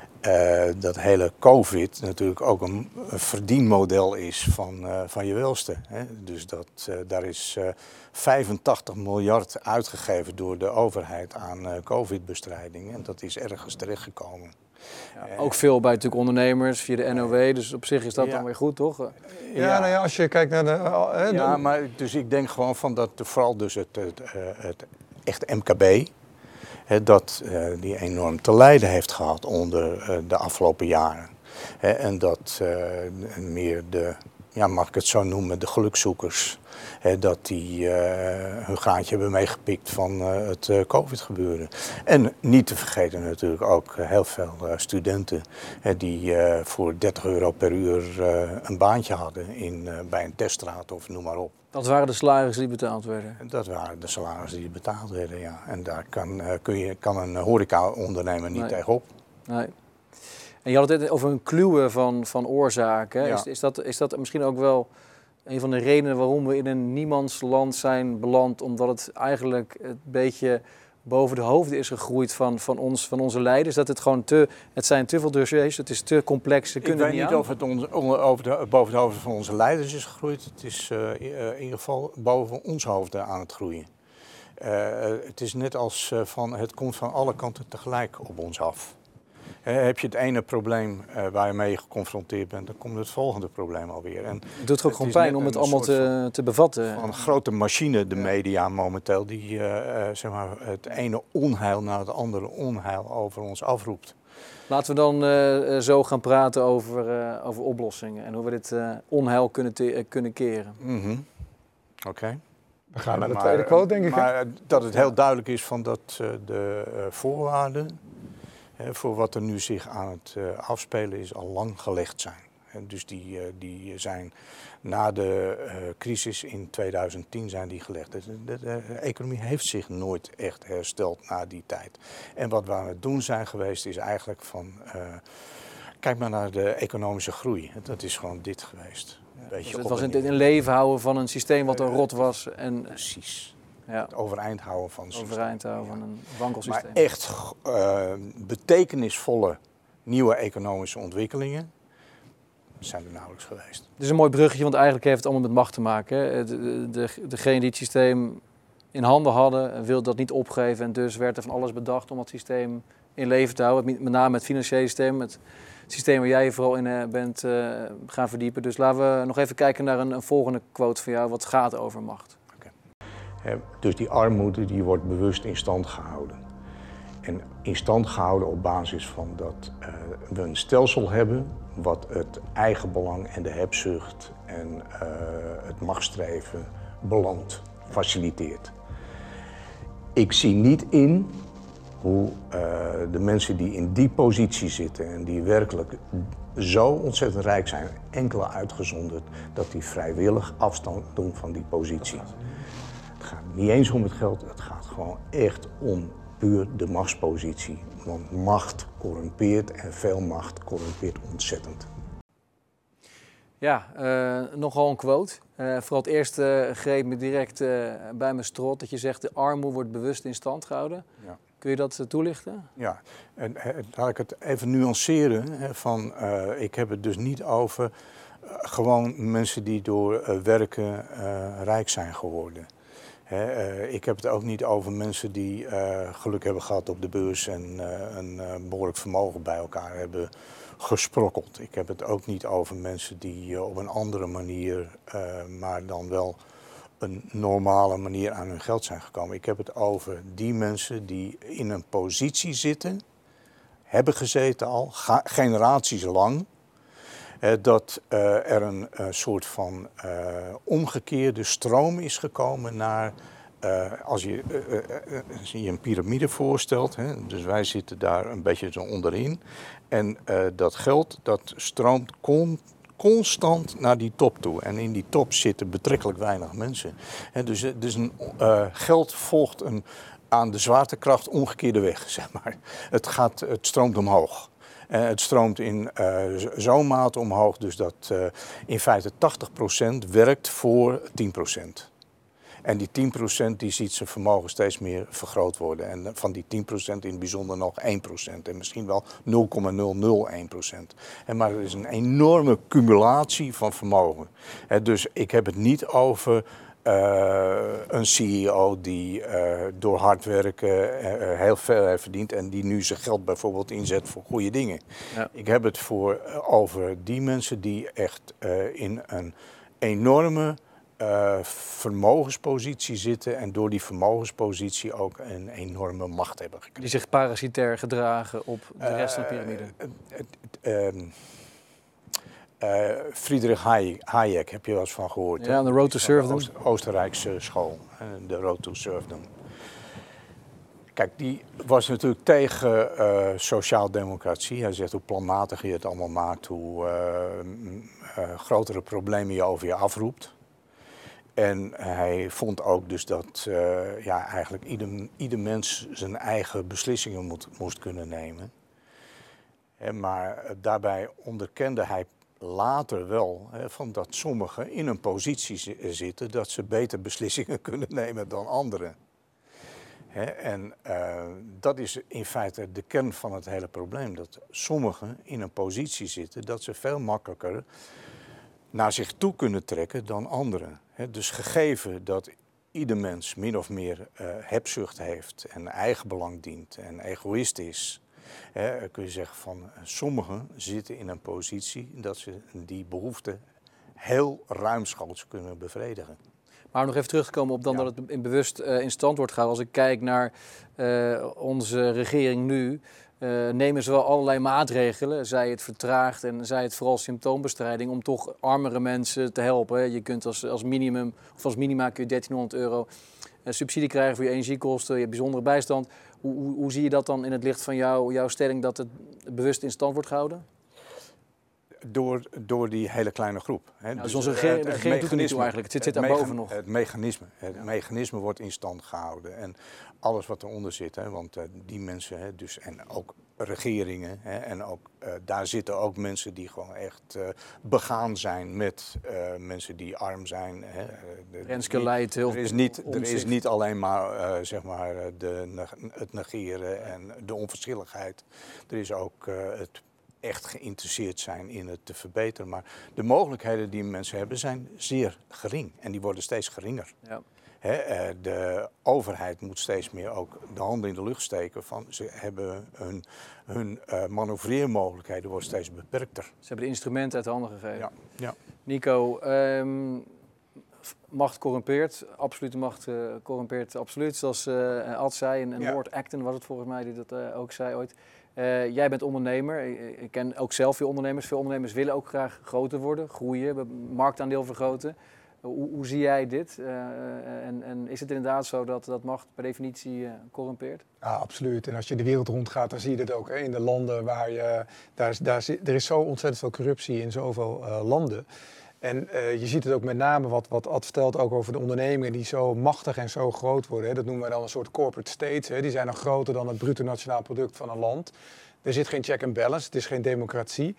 Uh, dat hele COVID natuurlijk ook een, een verdienmodel is van, uh, van je welste. Hè? Dus dat, uh, daar is uh, vijfentachtig miljard uitgegeven door de overheid aan uh, COVID-bestrijding. En dat is ergens terechtgekomen. Ja, ook veel bij natuurlijk ondernemers via de N O W, dus op zich is dat ja. dan weer goed, toch? Ja, ja, nou ja, als je kijkt naar de... Uh, hè, ja, maar dus ik denk gewoon van dat vooral dus het, het, uh, het echte M K B... He, dat uh, die enorm te lijden heeft gehad onder uh, de afgelopen jaren. He, en dat uh, meer de, ja, mag ik het zo noemen, de gelukzoekers, he, dat die uh, hun graantje hebben meegepikt van uh, het uh, COVID-gebeuren. En niet te vergeten natuurlijk ook uh, heel veel uh, studenten he, die uh, voor dertig euro per uur uh, een baantje hadden in, uh, bij een teststraat of noem maar op. Dat waren de salarissen die betaald werden? Dat waren de salarissen die betaald werden, ja. En daar kan, uh, kun je, kan een horeca-ondernemer niet nee. tegenop. Nee. En je had het over een kluwen van, van oorzaken. Ja. Is, is, dat, is dat misschien ook wel een van de redenen waarom we in een niemandsland zijn beland? Omdat het eigenlijk een beetje boven de hoofden is gegroeid van, van, ons, van onze leiders. Dat het gewoon te, het zijn te veel dossiers, het is te complex. Ze kunnen Ik weet niet niet aan. of het on, on, over de, boven de hoofden van onze leiders is gegroeid. Het is uh, in ieder geval boven ons hoofden aan het groeien. Uh, het is net als uh, van, het komt van alle kanten tegelijk op ons af. Uh, heb je het ene probleem uh, waar je mee geconfronteerd bent, dan komt het volgende probleem alweer. En het doet ook gewoon pijn om het allemaal te, van, te bevatten. Van een grote machine, de media momenteel, die uh, uh, zeg maar het ene onheil na het andere onheil over ons afroept. Laten we dan uh, zo gaan praten over, uh, over oplossingen en hoe we dit uh, onheil kunnen, te, uh, kunnen keren. Mm-hmm. Oké. Okay. We gaan naar de maar, tweede quote, denk ik. Maar uh, dat het heel duidelijk is van dat uh, de uh, voorwaarden uh, voor wat er nu zich aan het uh, afspelen is al lang gelegd zijn. En dus die, uh, die zijn na de uh, crisis in tweeduizend tien zijn die gelegd. De, de, de economie heeft zich nooit echt hersteld na die tijd. En wat we aan het doen zijn geweest is eigenlijk van... Uh, kijk maar naar de economische groei. Dat is gewoon dit geweest. Ja, dus het was in leven houden van een systeem wat een rot was. En, precies. Ja. Het overeind houden van een systeem. Overeind houden van een wankelsysteem. Maar echt uh, betekenisvolle nieuwe economische ontwikkelingen zijn er nauwelijks geweest. Het is een mooi bruggetje, want eigenlijk heeft het allemaal met macht te maken. Hè? De, de, de, degene die het systeem in handen hadden, wilde dat niet opgeven. En dus werd er van alles bedacht om het systeem in leven te houden. Met name het financiële systeem, het systeem waar jij je vooral in uh, bent uh, gaan verdiepen. Dus laten we nog even kijken naar een, een volgende quote van jou, wat gaat over macht. Okay. Uh, dus die armoede die wordt bewust in stand gehouden. En in stand gehouden op basis van dat uh, we een stelsel hebben wat het eigenbelang en de hebzucht en uh, het machtsstreven belandt, faciliteert. Ik zie niet in hoe uh, de mensen die in die positie zitten en die werkelijk zo ontzettend rijk zijn, enkele uitgezonderd, dat die vrijwillig afstand doen van die positie. Het gaat niet eens om het geld, het gaat gewoon echt om puur de machtspositie. Want macht corrumpeert en veel macht corrumpeert ontzettend. Ja, uh, nogal een quote. Uh, vooral het eerste uh, greep me direct uh, bij mijn strot dat je zegt de armoede wordt bewust in stand gehouden. Ja. Kun je dat uh, toelichten? Ja, en uh, laat ik het even nuanceren. Hè, van, uh, ik heb het dus niet over uh, gewoon mensen die door uh, werken uh, rijk zijn geworden. He, uh, ik heb het ook niet over mensen die uh, geluk hebben gehad op de beurs en uh, een uh, behoorlijk vermogen bij elkaar hebben gesprokkeld. Ik heb het ook niet over mensen die uh, op een andere manier, uh, maar dan wel een normale manier aan hun geld zijn gekomen. Ik heb het over die mensen die in een positie zitten, hebben gezeten al, ga, generaties lang, eh, dat uh, er een uh, soort van uh, omgekeerde stroom is gekomen naar, uh, als je uh, uh, uh, je een piramide voorstelt, hè, dus wij zitten daar een beetje zo onderin, en uh, dat geld dat stroomt con, constant naar die top toe. En in die top zitten betrekkelijk weinig mensen. Hè, dus dus een, uh, geld volgt een aan de zwaartekracht omgekeerde weg, zeg maar. Het, gaat, het stroomt omhoog. Uh, het stroomt in uh, zo'n mate omhoog, dus dat uh, in feite tachtig procent werkt voor tien procent. En die tien procent die ziet zijn vermogen steeds meer vergroot worden. En van die tien procent in het bijzonder nog één procent. En misschien wel nul komma nul nul één procent. En maar er is een enorme cumulatie van vermogen. Uh, dus ik heb het niet over Uh, een C E O die uh, door hard werken uh, heel veel heeft verdiend en die nu zijn geld bijvoorbeeld inzet voor goede dingen. Ja. Ik heb het voor, uh, over die mensen die echt uh, in een enorme uh, vermogenspositie zitten en door die vermogenspositie ook een enorme macht hebben gekregen. Die zich parasitair gedragen op de rest uh, van de piramide. Uh, uh, uh, Uh, Friedrich Hayek, heb je wel eens van gehoord? Ja, de Road to Serfdom. Oost, Oostenrijkse school, de Road to Serfdom. Kijk, die was natuurlijk tegen uh, sociaaldemocratie. Hij zegt hoe planmatig je het allemaal maakt, hoe uh, uh, grotere problemen je over je afroept. En hij vond ook dus dat uh, ja, eigenlijk ieder, ieder mens zijn eigen beslissingen moet, moest kunnen nemen. En maar uh, daarbij onderkende hij later wel, hè, van dat sommigen in een positie zitten dat ze beter beslissingen kunnen nemen dan anderen. Hè, en uh, dat is in feite de kern van het hele probleem. Dat sommigen in een positie zitten dat ze veel makkelijker naar zich toe kunnen trekken dan anderen. Hè, dus gegeven dat ieder mens min of meer uh, hebzucht heeft en eigenbelang dient en egoïst is, He, kun je zeggen van sommigen zitten in een positie dat ze die behoefte heel ruimschoots kunnen bevredigen. Maar nog even terug te komen op dan ja. dat het in bewust uh, in stand wordt gehouden. Als ik kijk naar uh, onze regering nu, uh, nemen ze wel allerlei maatregelen. Zij het vertraagt en zij het vooral symptoombestrijding om toch armere mensen te helpen. Je kunt als, als minimum of als minima kun je dertienhonderd euro uh, subsidie krijgen voor je energiekosten, je hebt bijzondere bijstand. Hoe, hoe, hoe zie je dat dan in het licht van jou, jouw stelling dat het bewust in stand wordt gehouden? Door, door die hele kleine groep. Hè. Nou, dus onze regering, de regering doet het niet toe eigenlijk. Het zit, zit daarboven nog. Het mechanisme, het ja. mechanisme wordt in stand gehouden. En alles wat eronder zit, hè, want uh, die mensen, hè, dus, en ook regeringen, hè, en ook, uh, daar zitten ook mensen die gewoon echt uh, begaan zijn met uh, mensen die arm zijn. Hè. De, Renske Leijt, heel er is niet, er is niet alleen maar, uh, zeg maar de, het negeren en de onverschilligheid. Er is ook uh, het echt geïnteresseerd zijn in het te verbeteren. Maar de mogelijkheden die mensen hebben zijn zeer gering. En die worden steeds geringer. Ja. He, de overheid moet steeds meer ook de handen in de lucht steken. Van, ze hebben hun, hun uh, manoeuvreermogelijkheden worden steeds beperkter. Ze hebben de instrumenten uit de handen gegeven. Ja. Ja. Nico, um, macht corrumpeert. Absolute macht uh, corrumpeert absoluut. Zoals uh, Ad zei, en, en ja. Lord Acton was het volgens mij die dat uh, ook zei ooit. Uh, jij bent ondernemer, ik ken ook zelf veel ondernemers. Veel ondernemers willen ook graag groter worden, groeien, marktaandeel vergroten. Hoe, hoe zie jij dit? Uh, en, en is het inderdaad zo dat, dat macht per definitie uh, corrumpeert? Ja, absoluut. En als je de wereld rondgaat, dan zie je dat ook. Hè? In de landen waar je... Daar, daar, er is zo ontzettend veel corruptie in zoveel uh, landen. En uh, je ziet het ook met name, wat, wat Ad vertelt, ook over de ondernemingen die zo machtig en zo groot worden. Hè. Dat noemen wij dan een soort corporate states. Hè. Die zijn dan groter dan het bruto nationaal product van een land. Er zit geen check and balance, het is geen democratie.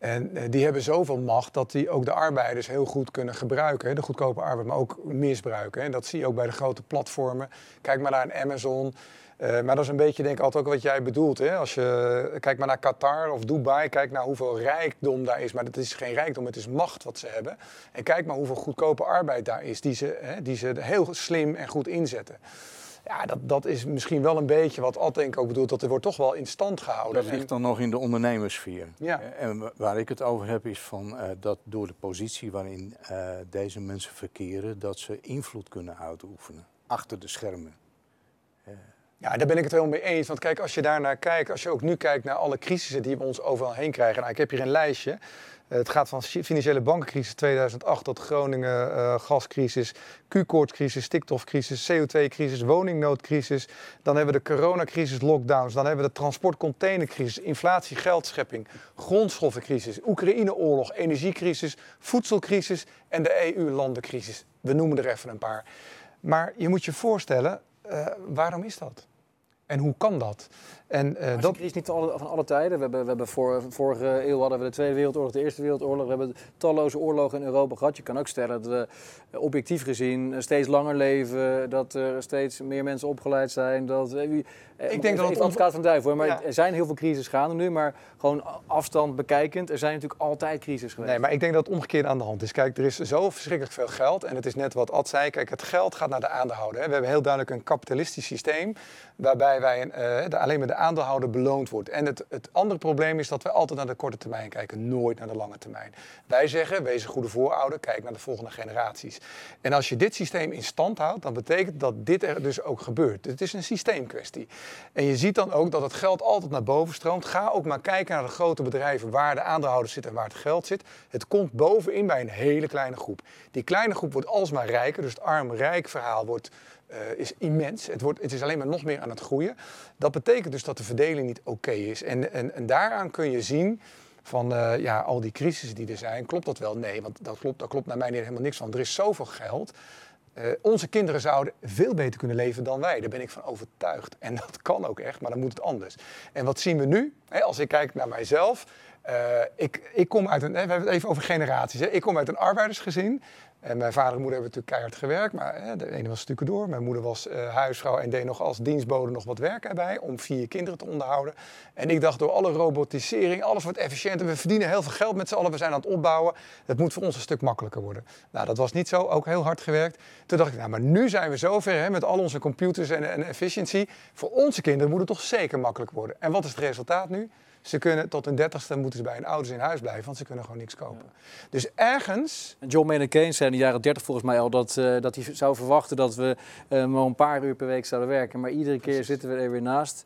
En uh, die hebben zoveel macht dat die ook de arbeiders heel goed kunnen gebruiken. Hè, de goedkope arbeid, maar ook misbruiken. Hè. Dat zie je ook bij de grote platformen. Kijk maar naar een Amazon. Uh, maar dat is een beetje denk ik altijd ook wat jij bedoelt. Hè? Als je kijkt maar naar Qatar of Dubai, kijk naar hoeveel rijkdom daar is. Maar dat is geen rijkdom, het is macht wat ze hebben. En kijk maar hoeveel goedkope arbeid daar is, die ze, hè, die ze heel slim en goed inzetten. Ja, dat, dat is misschien wel een beetje wat Ad denk ik ook bedoelt, dat er wordt toch wel in stand gehouden. Dat ligt dan nog in de ondernemerssfeer. Ja. En waar ik het over heb is van uh, dat door de positie waarin uh, deze mensen verkeren, dat ze invloed kunnen uitoefenen achter de schermen. Uh, Ja, daar ben ik het helemaal mee eens. Want kijk, als je daarnaar kijkt, als je ook nu kijkt naar alle crisissen die we ons overal heen krijgen. Nou, ik heb hier een lijstje. Uh, het gaat van financiële bankencrisis tweeduizend acht tot Groningen uh, gascrisis, Q-koortscrisis, stikstofcrisis, C O twee crisis, woningnoodcrisis. Dan hebben we de coronacrisis, lockdowns. Dan hebben we de transportcontainercrisis, inflatie, geldschepping, grondstoffencrisis, Oekraïne-oorlog, energiecrisis, voedselcrisis en de E U-landencrisis. We noemen er even een paar. Maar je moet je voorstellen, uh, waarom is dat? En hoe kan dat? En, uh, maar is dat... de crisis niet van alle, van alle tijden? We hebben, we hebben voor, vorige eeuw hadden we de Tweede Wereldoorlog, de Eerste Wereldoorlog. We hebben talloze oorlogen in Europa gehad. Je kan ook stellen dat we objectief gezien steeds langer leven. Dat er steeds meer mensen opgeleid zijn. Dat, uh, ik denk dat het advocaat van de duivel. Maar ja. er zijn heel veel crises gaande nu. Maar gewoon afstand bekijkend. Er zijn natuurlijk altijd crises geweest. Nee, maar ik denk dat het omgekeerd aan de hand is. Kijk, er is zo verschrikkelijk veel geld. En het is net wat Ad zei. Kijk, het geld gaat naar de aandeelhouder. Hè. We hebben heel duidelijk een kapitalistisch systeem. Waarbij wij een, uh, de, alleen maar de aandeelhouder beloond wordt. En het, het andere probleem is dat we altijd naar de korte termijn kijken. Nooit naar de lange termijn. Wij zeggen, wees een goede voorouder. Kijk naar de volgende generaties. En als je dit systeem in stand houdt, dan betekent dat dit er dus ook gebeurt. Het is een systeemkwestie. En je ziet dan ook dat het geld altijd naar boven stroomt. Ga ook maar kijken naar de grote bedrijven waar de aandeelhouders zitten en waar het geld zit. Het komt bovenin bij een hele kleine groep. Die kleine groep wordt alsmaar rijker. Dus het arm-rijk verhaal wordt... Uh, is immens. Het, wordt, het is alleen maar nog meer aan het groeien. Dat betekent dus dat de verdeling niet oké okay is. En, en, en daaraan kun je zien van uh, ja, al die crisissen die er zijn. Klopt dat wel? Nee, want dat klopt, dat klopt naar mij niet helemaal niks van. Er is zoveel geld. Uh, onze kinderen zouden veel beter kunnen leven dan wij. Daar ben ik van overtuigd. En dat kan ook echt, maar dan moet het anders. En wat zien we nu? Hè, als ik kijk naar mijzelf. Uh, ik, ik kom uit een... Hè, we hebben het even over generaties. Hè. Ik kom uit een arbeidersgezin. En mijn vader en moeder hebben natuurlijk keihard gewerkt, maar hè, de ene was stukendoor. Mijn moeder was uh, huisvrouw en deed nog als dienstbode nog wat werk erbij om vier kinderen te onderhouden. En ik dacht, door alle robotisering, alles wordt efficiënter. We verdienen heel veel geld met z'n allen, we zijn aan het opbouwen. Dat moet voor ons een stuk makkelijker worden. Nou, dat was niet zo, ook heel hard gewerkt. Toen dacht ik, nou, maar nu zijn we zover hè, met al onze computers en, en efficiëntie. Voor onze kinderen moet het toch zeker makkelijk worden. En wat is het resultaat nu? Ze kunnen tot hun dertigste moeten ze bij hun ouders in huis blijven, want ze kunnen gewoon niks kopen. Ja. Dus ergens... John Maynard Keynes zei in de jaren dertig volgens mij al dat, uh, dat hij zou verwachten dat we uh, maar een paar uur per week zouden werken. Maar iedere keer Precies. zitten we er weer naast.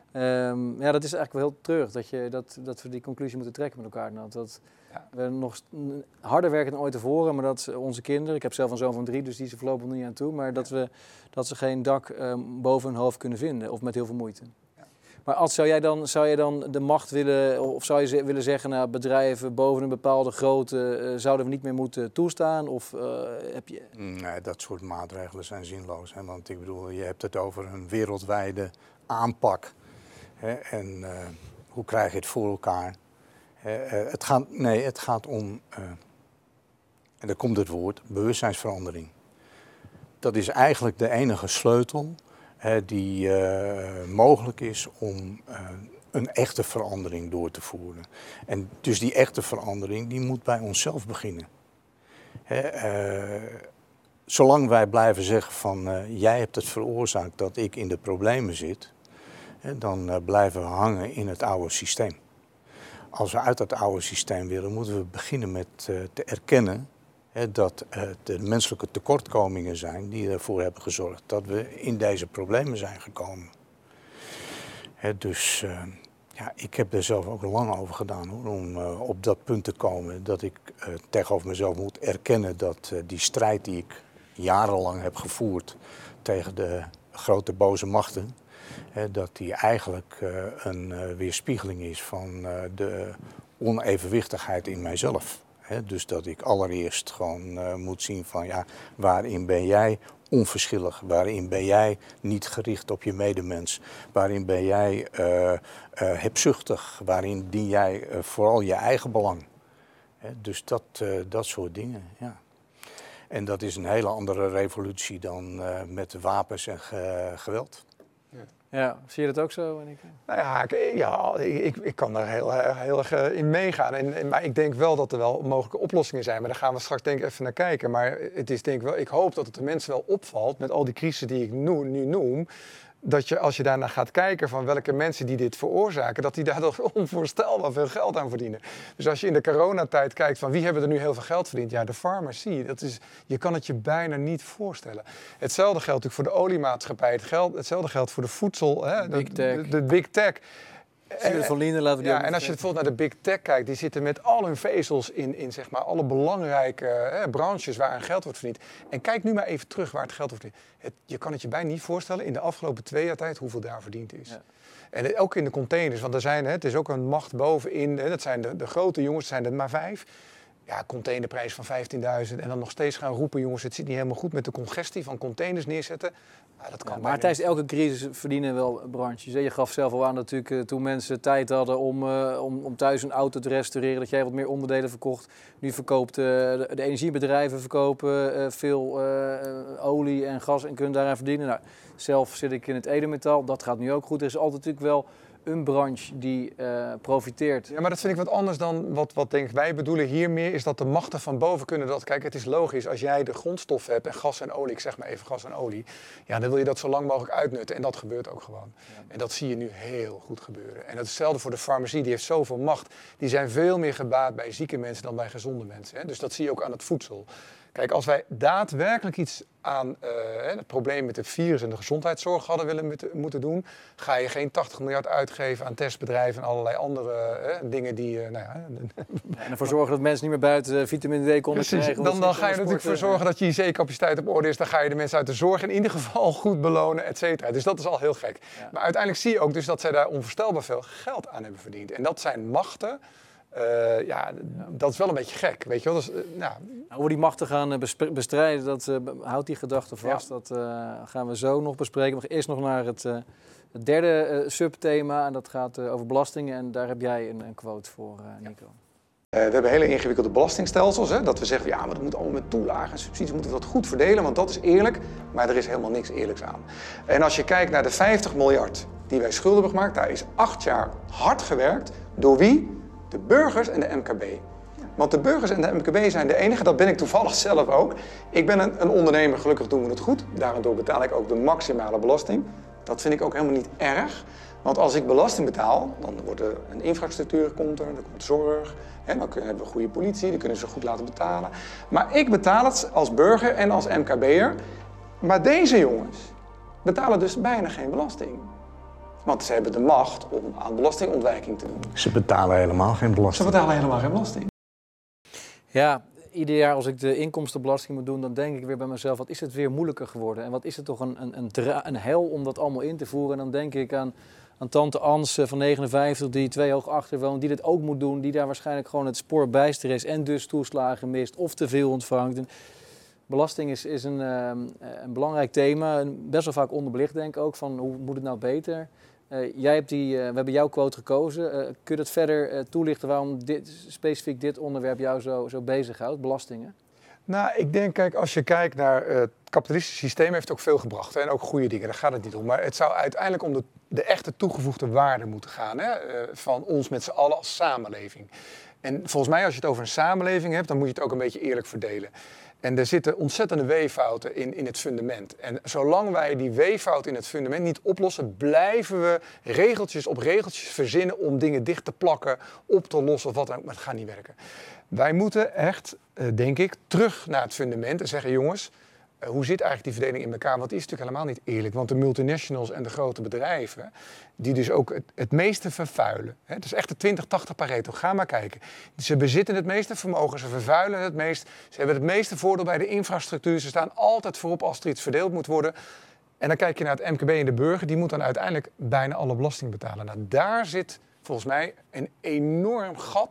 Um, ja, dat is eigenlijk wel heel treurig dat, je, dat, dat we die conclusie moeten trekken met elkaar. Nou, dat ja. we nog harder werken dan ooit tevoren, maar dat onze kinderen, ik heb zelf een zoon van drie, dus die is er voorlopig nog niet aan toe, maar dat, we, dat ze geen dak um, boven hun hoofd kunnen vinden of met heel veel moeite. Maar Ad, zou jij dan, zou jij dan de macht willen, of zou je willen zeggen, nou, bedrijven boven een bepaalde grootte uh, zouden we niet meer moeten toestaan? Of uh, heb je... Nee, dat soort maatregelen zijn zinloos. Hè? Want ik bedoel, je hebt het over een wereldwijde aanpak. Hè? En uh, hoe krijg je het voor elkaar? Uh, uh, het gaat, nee, het gaat om, uh, en daar komt het woord, bewustzijnsverandering. Dat is eigenlijk de enige sleutel He, die uh, mogelijk is om uh, een echte verandering door te voeren. En dus die echte verandering, die moet bij onszelf beginnen. He, uh, zolang wij blijven zeggen van, uh, jij hebt het veroorzaakt dat ik in de problemen zit, he, dan uh, blijven we hangen in het oude systeem. Als we uit dat oude systeem willen, moeten we beginnen met uh, te erkennen He, dat het de menselijke tekortkomingen zijn die ervoor hebben gezorgd dat we in deze problemen zijn gekomen. He, dus uh, ja, ik heb er zelf ook lang over gedaan hoor, om uh, op dat punt te komen dat ik uh, tegenover mezelf moet erkennen dat uh, die strijd die ik jarenlang heb gevoerd tegen de grote boze machten, he, dat die eigenlijk uh, een uh, weerspiegeling is van uh, de onevenwichtigheid in mijzelf. He, dus dat ik allereerst gewoon uh, moet zien van ja, waarin ben jij onverschillig? Waarin ben jij niet gericht op je medemens? Waarin ben jij uh, uh, hebzuchtig? Waarin dien jij uh, vooral je eigen belang? He, dus dat, uh, dat soort dingen, ja. En dat is een hele andere revolutie dan uh, met wapens en ge geweld. Ja, zie je dat ook zo? Nou ja, ik, ja, ik, ik kan daar heel, heel erg in meegaan. En, en, maar ik denk wel dat er wel mogelijke oplossingen zijn. Maar daar gaan we straks denk ik even naar kijken. Maar het is denk ik wel, ik hoop dat het de mensen wel opvalt met al die crises die ik nu, nu noem. Dat je als je daarnaar gaat kijken van welke mensen die dit veroorzaken, dat die daar toch onvoorstelbaar veel geld aan verdienen. Dus als je in de coronatijd kijkt van wie hebben er nu heel veel geld verdiend? Ja, de farmacie. Dat is, je kan het je bijna niet voorstellen. Hetzelfde geldt natuurlijk voor de oliemaatschappij. Het geld, hetzelfde geldt voor de voedsel. Hè, big de, tech. De, de big tech. En, van Linden, laten we die ja, en als je bijvoorbeeld naar de big tech kijkt, die zitten met al hun vezels in, in zeg maar alle belangrijke hè, branches waar geld wordt verdiend. En kijk nu maar even terug waar het geld wordt verdiend. Het, je kan het je bijna niet voorstellen in de afgelopen twee jaar tijd hoeveel daar verdiend is. Ja. En ook in de containers, want er zijn, hè, het is ook een macht bovenin. Hè, dat zijn de, de grote jongens, zijn er maar vijf. Ja, containerprijs van vijftienduizend en dan nog steeds gaan roepen, jongens, het zit niet helemaal goed met de congestie van containers neerzetten. Nou, dat kan ja, maar tijdens elke crisis verdienen wel branches. Je gaf zelf al aan natuurlijk uh, toen mensen tijd hadden om, uh, om, om thuis een auto te restaureren, dat jij wat meer onderdelen verkocht. Nu verkoopt uh, de, de energiebedrijven verkopen uh, veel uh, olie en gas en kunnen daaraan verdienen. Nou, zelf zit ik in het edelmetaal, dat gaat nu ook goed. Er is altijd natuurlijk wel een branche die uh, profiteert. Ja, maar dat vind ik wat anders dan wat, wat denk wij bedoelen hier meer, is dat de machten van boven kunnen dat. Kijk, het is logisch, als jij de grondstoffen hebt en gas en olie, ik zeg maar even gas en olie, ja, dan wil je dat zo lang mogelijk uitnutten en dat gebeurt ook gewoon. Ja. En dat zie je nu heel goed gebeuren. En dat is hetzelfde voor de farmacie, die heeft zoveel macht. Die zijn veel meer gebaat bij zieke mensen dan bij gezonde mensen. Hè? Dus dat zie je ook aan het voedsel. Kijk, als wij daadwerkelijk iets aan uh, het probleem met het virus en de gezondheidszorg hadden willen met, moeten doen, ga je geen tachtig miljard uitgeven aan testbedrijven en allerlei andere uh, dingen die... Uh, nou ja, ja, en ervoor zorgen dat mensen niet meer buiten vitamine D konden krijgen. Dan, dan ga je natuurlijk voor zorgen dat je I C-capaciteit op orde is. Dan ga je de mensen uit de zorg in ieder geval goed belonen, et cetera. Dus dat is al heel gek. Ja. Maar uiteindelijk zie je ook dus dat zij daar onvoorstelbaar veel geld aan hebben verdiend. En dat zijn machten. Uh, ja, dat is wel een beetje gek, weet je wel. Dus, uh, nou. Nou, hoe die machten gaan bestrijden, dat uh, houdt die gedachte vast. Ja. Dat uh, gaan we zo nog bespreken. We gaan eerst nog naar het, uh, het derde uh, subthema. En dat gaat uh, over belastingen. En daar heb jij een, een quote voor, uh, Nico. Ja. Uh, we hebben hele ingewikkelde belastingstelsels. Hè? Dat we zeggen, ja, maar dat moet allemaal met toelagen en subsidies moeten we dat goed verdelen. Want dat is eerlijk. Maar er is helemaal niks eerlijks aan. En als je kijkt naar de vijftig miljard die wij schulden hebben gemaakt. Daar is acht jaar hard gewerkt. Door wie? De burgers en de M K B. Want de burgers en de M K B zijn de enige, dat ben ik toevallig zelf ook. Ik ben een, een ondernemer, gelukkig doen we het goed. Daardoor betaal ik ook de maximale belasting. Dat vind ik ook helemaal niet erg. Want als ik belasting betaal, dan wordt er een infrastructuur, komt er, er komt zorg. Hè, dan hebben we een goede politie, die kunnen ze goed laten betalen. Maar ik betaal het als burger en als M K B'er. Maar deze jongens betalen dus bijna geen belasting. Want ze hebben de macht om aan belastingontwijking te doen. Ze betalen helemaal geen belasting. Ze betalen helemaal geen belasting. Ja, ieder jaar als ik de inkomstenbelasting moet doen, dan denk ik weer bij mezelf, wat is het weer moeilijker geworden? En wat is het toch een, een, een, dra- een hel om dat allemaal in te voeren? En dan denk ik aan, aan tante Ans van negenenvijftig, die twee hoog achter woont, die dit ook moet doen, die daar waarschijnlijk gewoon het spoor bijster is en dus toeslagen mist of te veel ontvangt. En belasting is, is een, um, een belangrijk thema, best wel vaak onderbelicht denk ik ook, van hoe moet het nou beter? Uh, jij hebt die, uh, we hebben jouw quote gekozen. Uh, kun je dat verder uh, toelichten waarom dit, specifiek dit onderwerp jou zo, zo bezighoudt, belastingen? Nou, ik denk, kijk, als je kijkt naar uh, het kapitalistische systeem heeft ook veel gebracht. Hè, en ook goede dingen, daar gaat het niet om. Maar het zou uiteindelijk om de, de echte toegevoegde waarde moeten gaan. Hè, uh, van ons met z'n allen als samenleving. En volgens mij, als je het over een samenleving hebt, dan moet je het ook een beetje eerlijk verdelen. En er zitten ontzettende weeffouten in, in het fundament. En zolang wij die weeffout in het fundament niet oplossen, blijven we regeltjes op regeltjes verzinnen om dingen dicht te plakken, op te lossen of wat dan ook. Maar het gaat niet werken. Wij moeten echt, denk ik, terug naar het fundament en zeggen, jongens, hoe zit eigenlijk die verdeling in elkaar? Want die is natuurlijk helemaal niet eerlijk. Want de multinationals en de grote bedrijven, die dus ook het, het meeste vervuilen. Hè? Het is echt de twintig tachtig Pareto. Ga maar kijken. Ze bezitten het meeste vermogen, ze vervuilen het meest. Ze hebben het meeste voordeel bij de infrastructuur. Ze staan altijd voorop als er iets verdeeld moet worden. En dan kijk je naar het M K B en de burger. Die moet dan uiteindelijk bijna alle belasting betalen. Nou, daar zit volgens mij een enorm gat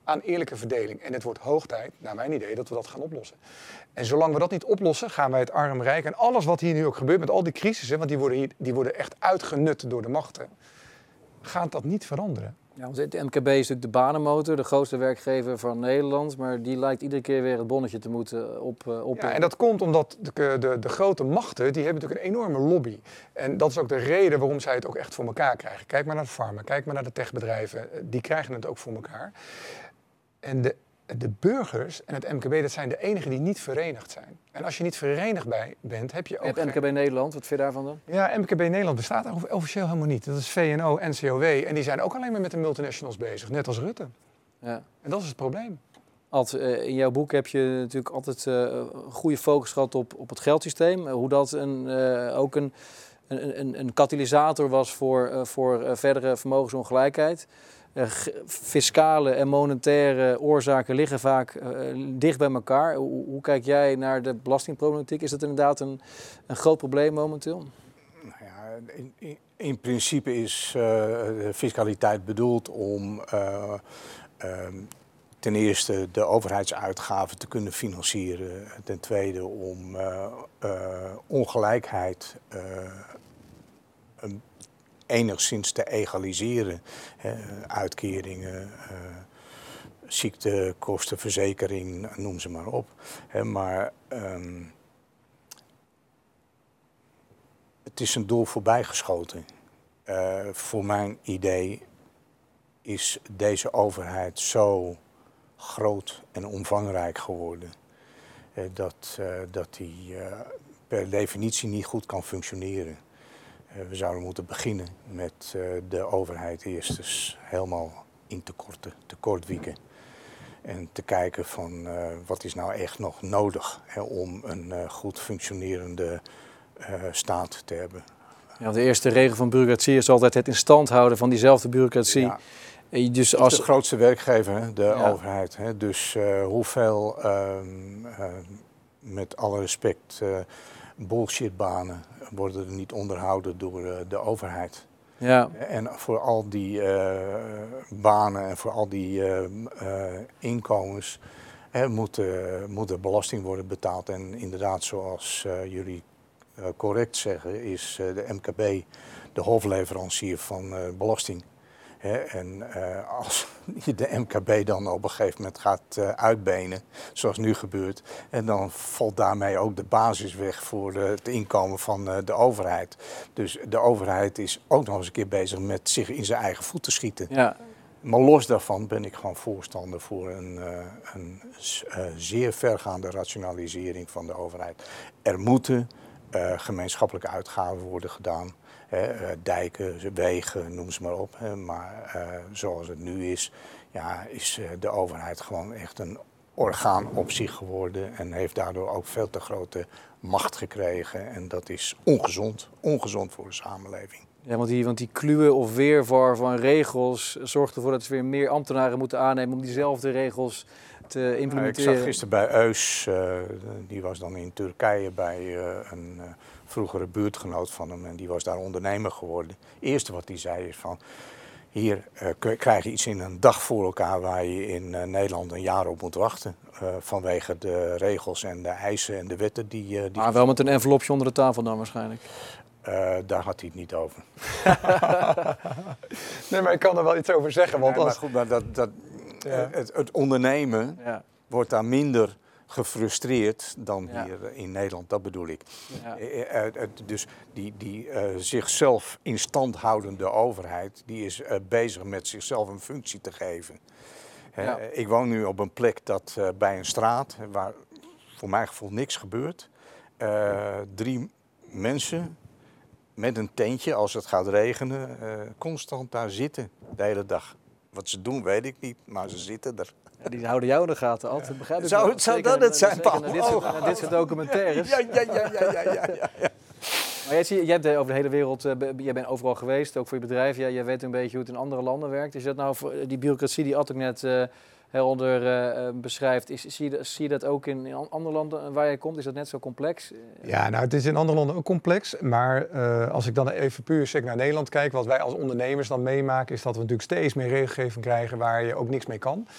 aan eerlijke verdeling. En het wordt hoog tijd, naar mijn idee, dat we dat gaan oplossen. En zolang we dat niet oplossen, gaan wij het arm-rijk en alles wat hier nu ook gebeurt met al die crisissen, want die worden, hier, die worden echt uitgenut door de machten, gaat dat niet veranderen. Ja, want de M K B is natuurlijk de banenmotor, de grootste werkgever van Nederland, maar die lijkt iedere keer weer het bonnetje te moeten op... op Ja, en dat komt omdat de, de, de grote machten, die hebben natuurlijk een enorme lobby. En dat is ook de reden waarom zij het ook echt voor elkaar krijgen. Kijk maar naar de farma, kijk maar naar de techbedrijven, die krijgen het ook voor elkaar. En de, de burgers en het M K B, dat zijn de enigen die niet verenigd zijn. En als je niet verenigd bij bent, heb je ook... Het M K B Nederland, wat vind je daarvan dan? Ja, M K B Nederland bestaat officieel helemaal niet. Dat is V N O, N C O W en die zijn ook alleen maar met de multinationals bezig, net als Rutte. Ja. En dat is het probleem. Ad, in jouw boek heb je natuurlijk altijd een goede focus gehad op, op het geldsysteem. Hoe dat een, uh, ook een, een, een, een katalysator was voor, uh, voor uh, verdere vermogensongelijkheid. Uh, fiscale en monetaire oorzaken liggen vaak uh, dicht bij elkaar. Hoe, hoe kijk jij naar de belastingproblematiek? Is dat inderdaad een, een groot probleem momenteel? Nou ja, in, in, in principe is uh, de fiscaliteit bedoeld om uh, uh, ten eerste de overheidsuitgaven te kunnen financieren. Ten tweede om uh, uh, ongelijkheid uh, um, enigszins te egaliseren. Hè, uitkeringen, uh, ziektekosten, verzekering, noem ze maar op. Hè, maar um, het is een doel voorbijgeschoten. Uh, voor mijn idee is deze overheid zo groot en omvangrijk geworden uh, dat, uh, dat die uh, per definitie niet goed kan functioneren. We zouden moeten beginnen met uh, de overheid eerst eens helemaal in te korten, te kortwieken. En te kijken van uh, wat is nou echt nog nodig hè, om een uh, goed functionerende uh, staat te hebben. Ja, de eerste regel van bureaucratie is altijd het in stand houden van diezelfde bureaucratie. Ja. Dus als... Het is de grootste werkgever, hè, de ja. overheid. Hè. Dus uh, hoeveel, uh, uh, met alle respect, uh, bullshitbanen worden er niet onderhouden door uh, de overheid. Ja. En voor al die uh, banen en voor al die uh, uh, inkomens hè, moet, uh, moet er belasting worden betaald. En inderdaad, zoals uh, jullie uh, correct zeggen, is uh, de M K B de hoofdleverancier van uh, belasting. He, en uh, als je de M K B dan op een gegeven moment gaat uh, uitbenen, zoals nu gebeurt, en dan valt daarmee ook de basis weg voor uh, het inkomen van uh, de overheid. Dus de overheid is ook nog eens een keer bezig met zich in zijn eigen voet te schieten. Ja. Maar los daarvan ben ik gewoon voorstander voor een, uh, een uh, zeer vergaande rationalisering van de overheid. Er moeten uh, gemeenschappelijke uitgaven worden gedaan. He, dijken, wegen, noem ze maar op. He, maar uh, zoals het nu is, ja, is uh, de overheid gewoon echt een orgaan op zich geworden en heeft daardoor ook veel te grote macht gekregen. En dat is ongezond, ongezond voor de samenleving. Ja, want die, want die kluwe of weerwar van regels zorgt ervoor dat ze weer meer ambtenaren moeten aannemen om diezelfde regels te implementeren. Uh, ik zag gisteren bij Eus, uh, die was dan in Turkije bij uh, een... Uh, vroegere buurtgenoot van hem en die was daar ondernemer geworden. Het eerste wat hij zei is van, hier uh, krijg je iets in een dag voor elkaar waar je in uh, Nederland een jaar op moet wachten. Uh, vanwege de regels en de eisen en de wetten die... Uh, die maar wel met een envelopje onder de tafel dan waarschijnlijk. Uh, daar had hij het niet over. Nee, maar ik kan er wel iets over zeggen. Want nee, als... maar goed, maar dat, dat, ja. het, het ondernemen ja. wordt daar minder gefrustreerd dan ja. hier in Nederland, dat bedoel ik. Ja. Uh, uh, dus die, die uh, zichzelf in stand houdende overheid, die is uh, bezig met zichzelf een functie te geven. Ja. Uh, ik woon nu op een plek dat uh, bij een straat, waar voor mijn gevoel niks gebeurt. Uh, drie mensen met een tentje, als het gaat regenen, uh, constant daar zitten de hele dag. Wat ze doen weet ik niet, maar ze zitten er. Ja, die houden jou in de gaten, altijd. Begrijp ik zou, zou dat het zijn, Paul? Naar dit, soort, naar dit soort documentaires. Ja, ja, ja, ja, ja, ja, ja, ja. Maar jij, jij hebt over de hele wereld, uh, jij bent overal geweest, ook voor je bedrijf. Ja, jij weet een beetje hoe het in andere landen werkt. Is dat nou voor die bureaucratie die Ad ook net uh, helder uh, beschrijft, is, zie, je, zie je dat ook in, in andere landen waar je komt? Is dat net zo complex? Ja, nou het is in andere landen ook complex. Maar uh, als ik dan even puur zeg naar Nederland kijk, wat wij als ondernemers dan meemaken, is dat we natuurlijk steeds meer regelgeving krijgen waar je ook niks mee kan.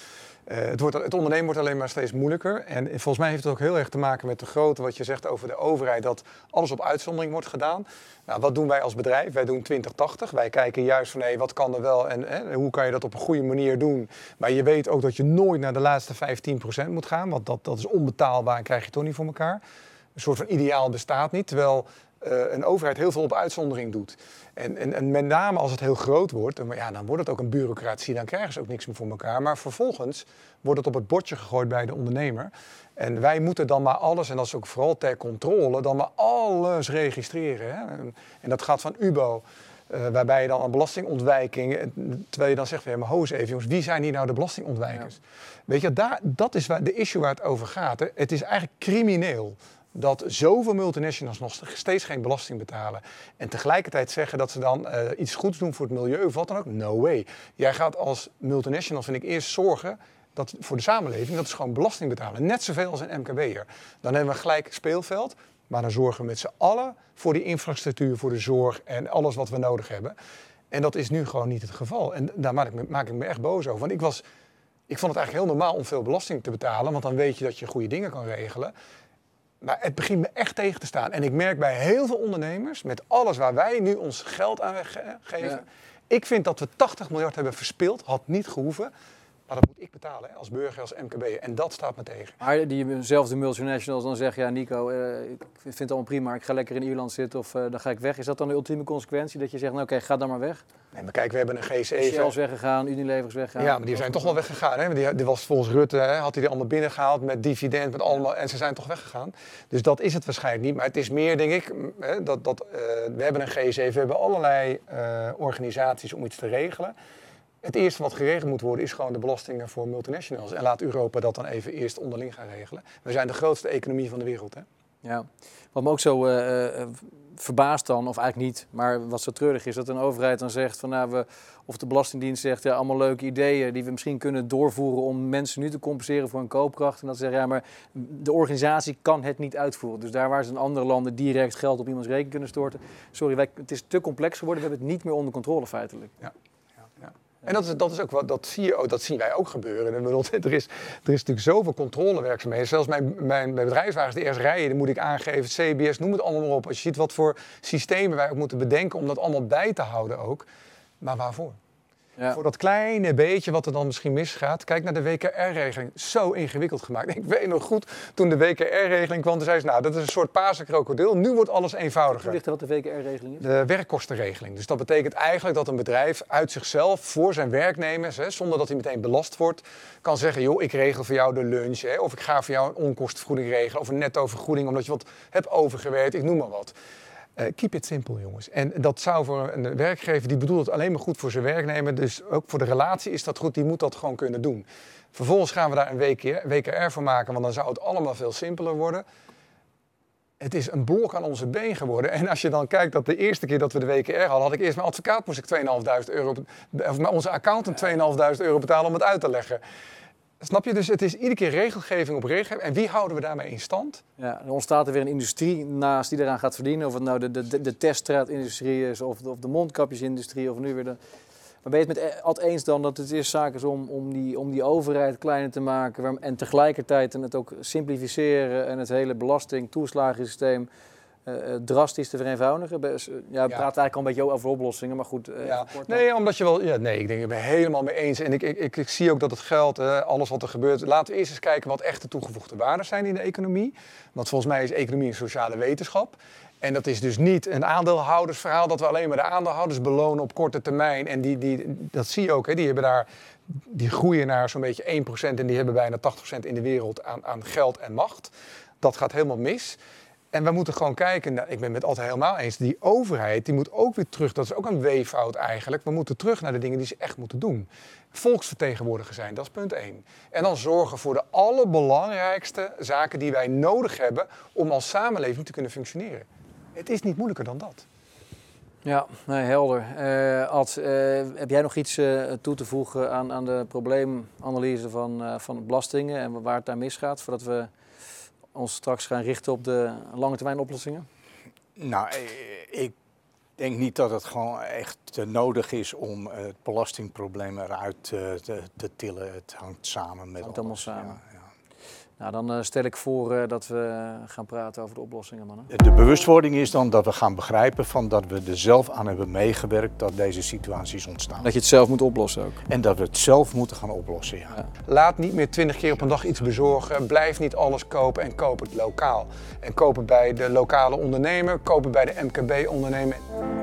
Uh, het, wordt, het ondernemen wordt alleen maar steeds moeilijker. En volgens mij heeft het ook heel erg te maken met de grootte, wat je zegt over de overheid, dat alles op uitzondering wordt gedaan. Nou, wat doen wij als bedrijf? Wij doen twintig tachtig. Wij kijken juist van hey, wat kan er wel en hè, hoe kan je dat op een goede manier doen. Maar je weet ook dat je nooit naar de laatste vijftien procent moet gaan, want dat, dat is onbetaalbaar en krijg je toch niet voor elkaar. Een soort van ideaal bestaat niet, terwijl uh, een overheid heel veel op uitzondering doet. En, en, en met name als het heel groot wordt, dan, ja, dan wordt het ook een bureaucratie, dan krijgen ze ook niks meer voor elkaar. Maar vervolgens wordt het op het bordje gegooid bij de ondernemer. En wij moeten dan maar alles, en dat is ook vooral ter controle, dan maar alles registreren. Hè? En, en dat gaat van U B O, uh, waarbij je dan een belastingontwijking, terwijl je dan zegt, ja, maar ho eens even jongens, wie zijn hier nou de belastingontwijkers? Ja. Weet je, daar, dat is waar, de issue waar het over gaat. Hè? Het is eigenlijk crimineel dat zoveel multinationals nog steeds geen belasting betalen. En tegelijkertijd zeggen dat ze dan uh, iets goeds doen voor het milieu of wat dan ook. No way. Jij gaat als multinational, vind ik, eerst zorgen dat voor de samenleving, dat is gewoon belasting betalen. Net zoveel als een M K B'er. Dan hebben we gelijk speelveld, maar dan zorgen we met z'n allen voor die infrastructuur, voor de zorg en alles wat we nodig hebben. En dat is nu gewoon niet het geval. En daar maak ik me, maak ik me echt boos over. Want ik, was, ik vond het eigenlijk heel normaal om veel belasting te betalen, want dan weet je dat je goede dingen kan regelen. Maar het begint me echt tegen te staan. En ik merk bij heel veel ondernemers, met alles waar wij nu ons geld aan geven. Ja. Ik vind dat we tachtig miljard hebben verspild, had niet gehoeven. Maar dat moet ik betalen hè, als burger, als M K B'er. En dat staat me tegen. Maar diezelfde multinationals dan zeggen, ja Nico, uh, ik vind het allemaal prima, ik ga lekker in Ierland zitten of uh, dan ga ik weg. Is dat dan de ultieme consequentie? Dat je zegt, nou oké, okay, ga dan maar weg? Nee, maar kijk, we hebben een G zeven. Shell is weggegaan, Unilever is weggegaan. Ja, maar die zijn toch wel weggegaan. Hè? Die, die was volgens Rutte, hè, had hij die allemaal binnengehaald met dividend, met allemaal, en ze zijn toch weggegaan. Dus dat is het waarschijnlijk niet. Maar het is meer, denk ik, hè, dat, dat uh, we hebben een G zeven, we hebben allerlei uh, organisaties om iets te regelen. Het eerste wat geregeld moet worden is gewoon de belastingen voor multinationals. En laat Europa dat dan even eerst onderling gaan regelen. We zijn de grootste economie van de wereld. Hè? Ja, wat me ook zo uh, uh, verbaast dan, of eigenlijk niet, maar wat zo treurig is, dat een overheid dan zegt van nou, we, of de Belastingdienst zegt, ja, allemaal leuke ideeën die we misschien kunnen doorvoeren om mensen nu te compenseren voor hun koopkracht. En dat ze zeggen, ja, maar de organisatie kan het niet uitvoeren. Dus daar waar ze in andere landen direct geld op iemands rekening kunnen storten. Sorry, wij, het is te complex geworden, we hebben het niet meer onder controle feitelijk. Ja. En dat is, dat is ook wat, dat zie je, dat zien wij ook gebeuren. En bedoel, er, is, er is natuurlijk zoveel controlewerkzaamheden. Zelfs mijn, mijn, mijn bedrijfswagens die eerst rijden, dan moet ik aangeven, C B S, noem het allemaal maar op. Als je ziet wat voor systemen wij ook moeten bedenken om dat allemaal bij te houden ook. Maar waarvoor? Ja. Voor dat kleine beetje wat er dan misschien misgaat. Kijk naar de W K R-regeling. Zo ingewikkeld gemaakt. Ik weet nog goed, toen de W K R-regeling kwam, toen zei ze, nou, dat is een soort paarse krokodil. Nu wordt alles eenvoudiger. Hoe ligt er wat de W K R-regeling is? De werkkostenregeling. Dus dat betekent eigenlijk dat een bedrijf uit zichzelf voor zijn werknemers, hè, zonder dat hij meteen belast wordt, kan zeggen, joh, ik regel voor jou de lunch. Hè, of ik ga voor jou een onkostenvergoeding regelen. Of een nettovergoeding, omdat je wat hebt overgewerkt. Ik noem maar wat. Uh, keep it simple, jongens. En dat zou voor een werkgever, die bedoelt het alleen maar goed voor zijn werknemer. Dus ook voor de relatie is dat goed, die moet dat gewoon kunnen doen. Vervolgens gaan we daar een W K R voor maken, want dan zou het allemaal veel simpeler worden. Het is een blok aan onze been geworden. En als je dan kijkt dat de eerste keer dat we de W K R hadden, had ik eerst mijn advocaat, moest ik tweeënhalfduizend euro, of onze accountant tweeënhalfduizend euro betalen om het uit te leggen. Snap je? Dus het is iedere keer regelgeving op regelgeving. En wie houden we daarmee in stand? Ja, er ontstaat er weer een industrie naast die eraan gaat verdienen. Of het nou de, de, de teststraatindustrie is, of de, of de mondkapjesindustrie, of nu weer de... Maar ben je het met Ad eens dan dat het eerst zaak is om, om, die, om die overheid kleiner te maken en tegelijkertijd het ook simplificeren en het hele belasting, toeslagensysteem uh, drastisch te vereenvoudigen? Ja, we ja. praten eigenlijk al een beetje over oplossingen, maar goed. Uh, ja. Nee, omdat je wel. Ja, nee, ik denk ik ben het helemaal mee eens. En ik, ik, ik, ik zie ook dat het geld, uh, alles wat er gebeurt. Laten we eerst eens kijken wat echte toegevoegde waarden zijn in de economie. Want volgens mij is economie een sociale wetenschap. En dat is dus niet een aandeelhoudersverhaal, dat we alleen maar de aandeelhouders belonen op korte termijn. En die, die, dat zie je ook, hè, die, hebben daar, die groeien naar zo'n beetje één procent en die hebben bijna tachtig procent in de wereld aan, aan geld en macht. Dat gaat helemaal mis. En we moeten gewoon kijken, nou, ik ben het altijd helemaal eens, die overheid die moet ook weer terug, dat is ook een weeffout eigenlijk. We moeten terug naar de dingen die ze echt moeten doen. Volksvertegenwoordiger zijn, dat is punt één. En dan zorgen voor de allerbelangrijkste zaken die wij nodig hebben om als samenleving te kunnen functioneren. Het is niet moeilijker dan dat. Ja, nee, helder. Uh, Ad, uh, heb jij nog iets uh, toe te voegen aan, aan de probleemanalyse van, uh, van belastingen en waar het daar misgaat, voordat we ons straks gaan richten op de lange termijn oplossingen? Nou, ik denk niet dat het gewoon echt uh, nodig is om uh, het belastingprobleem eruit uh, te, te tillen. Het hangt samen met hangt allemaal alles. samen. Ja, ja. Nou, dan uh, stel ik voor uh, dat we gaan praten over de oplossingen, mannen. De bewustwording is dan dat we gaan begrijpen van dat we er zelf aan hebben meegewerkt dat deze situaties ontstaan. Dat je het zelf moet oplossen ook. En dat we het zelf moeten gaan oplossen, ja. Ja. Laat niet meer twintig keer op een dag iets bezorgen. Blijf niet alles kopen en koop het lokaal. En koop het bij de lokale ondernemer, koop het bij de M K B-ondernemer.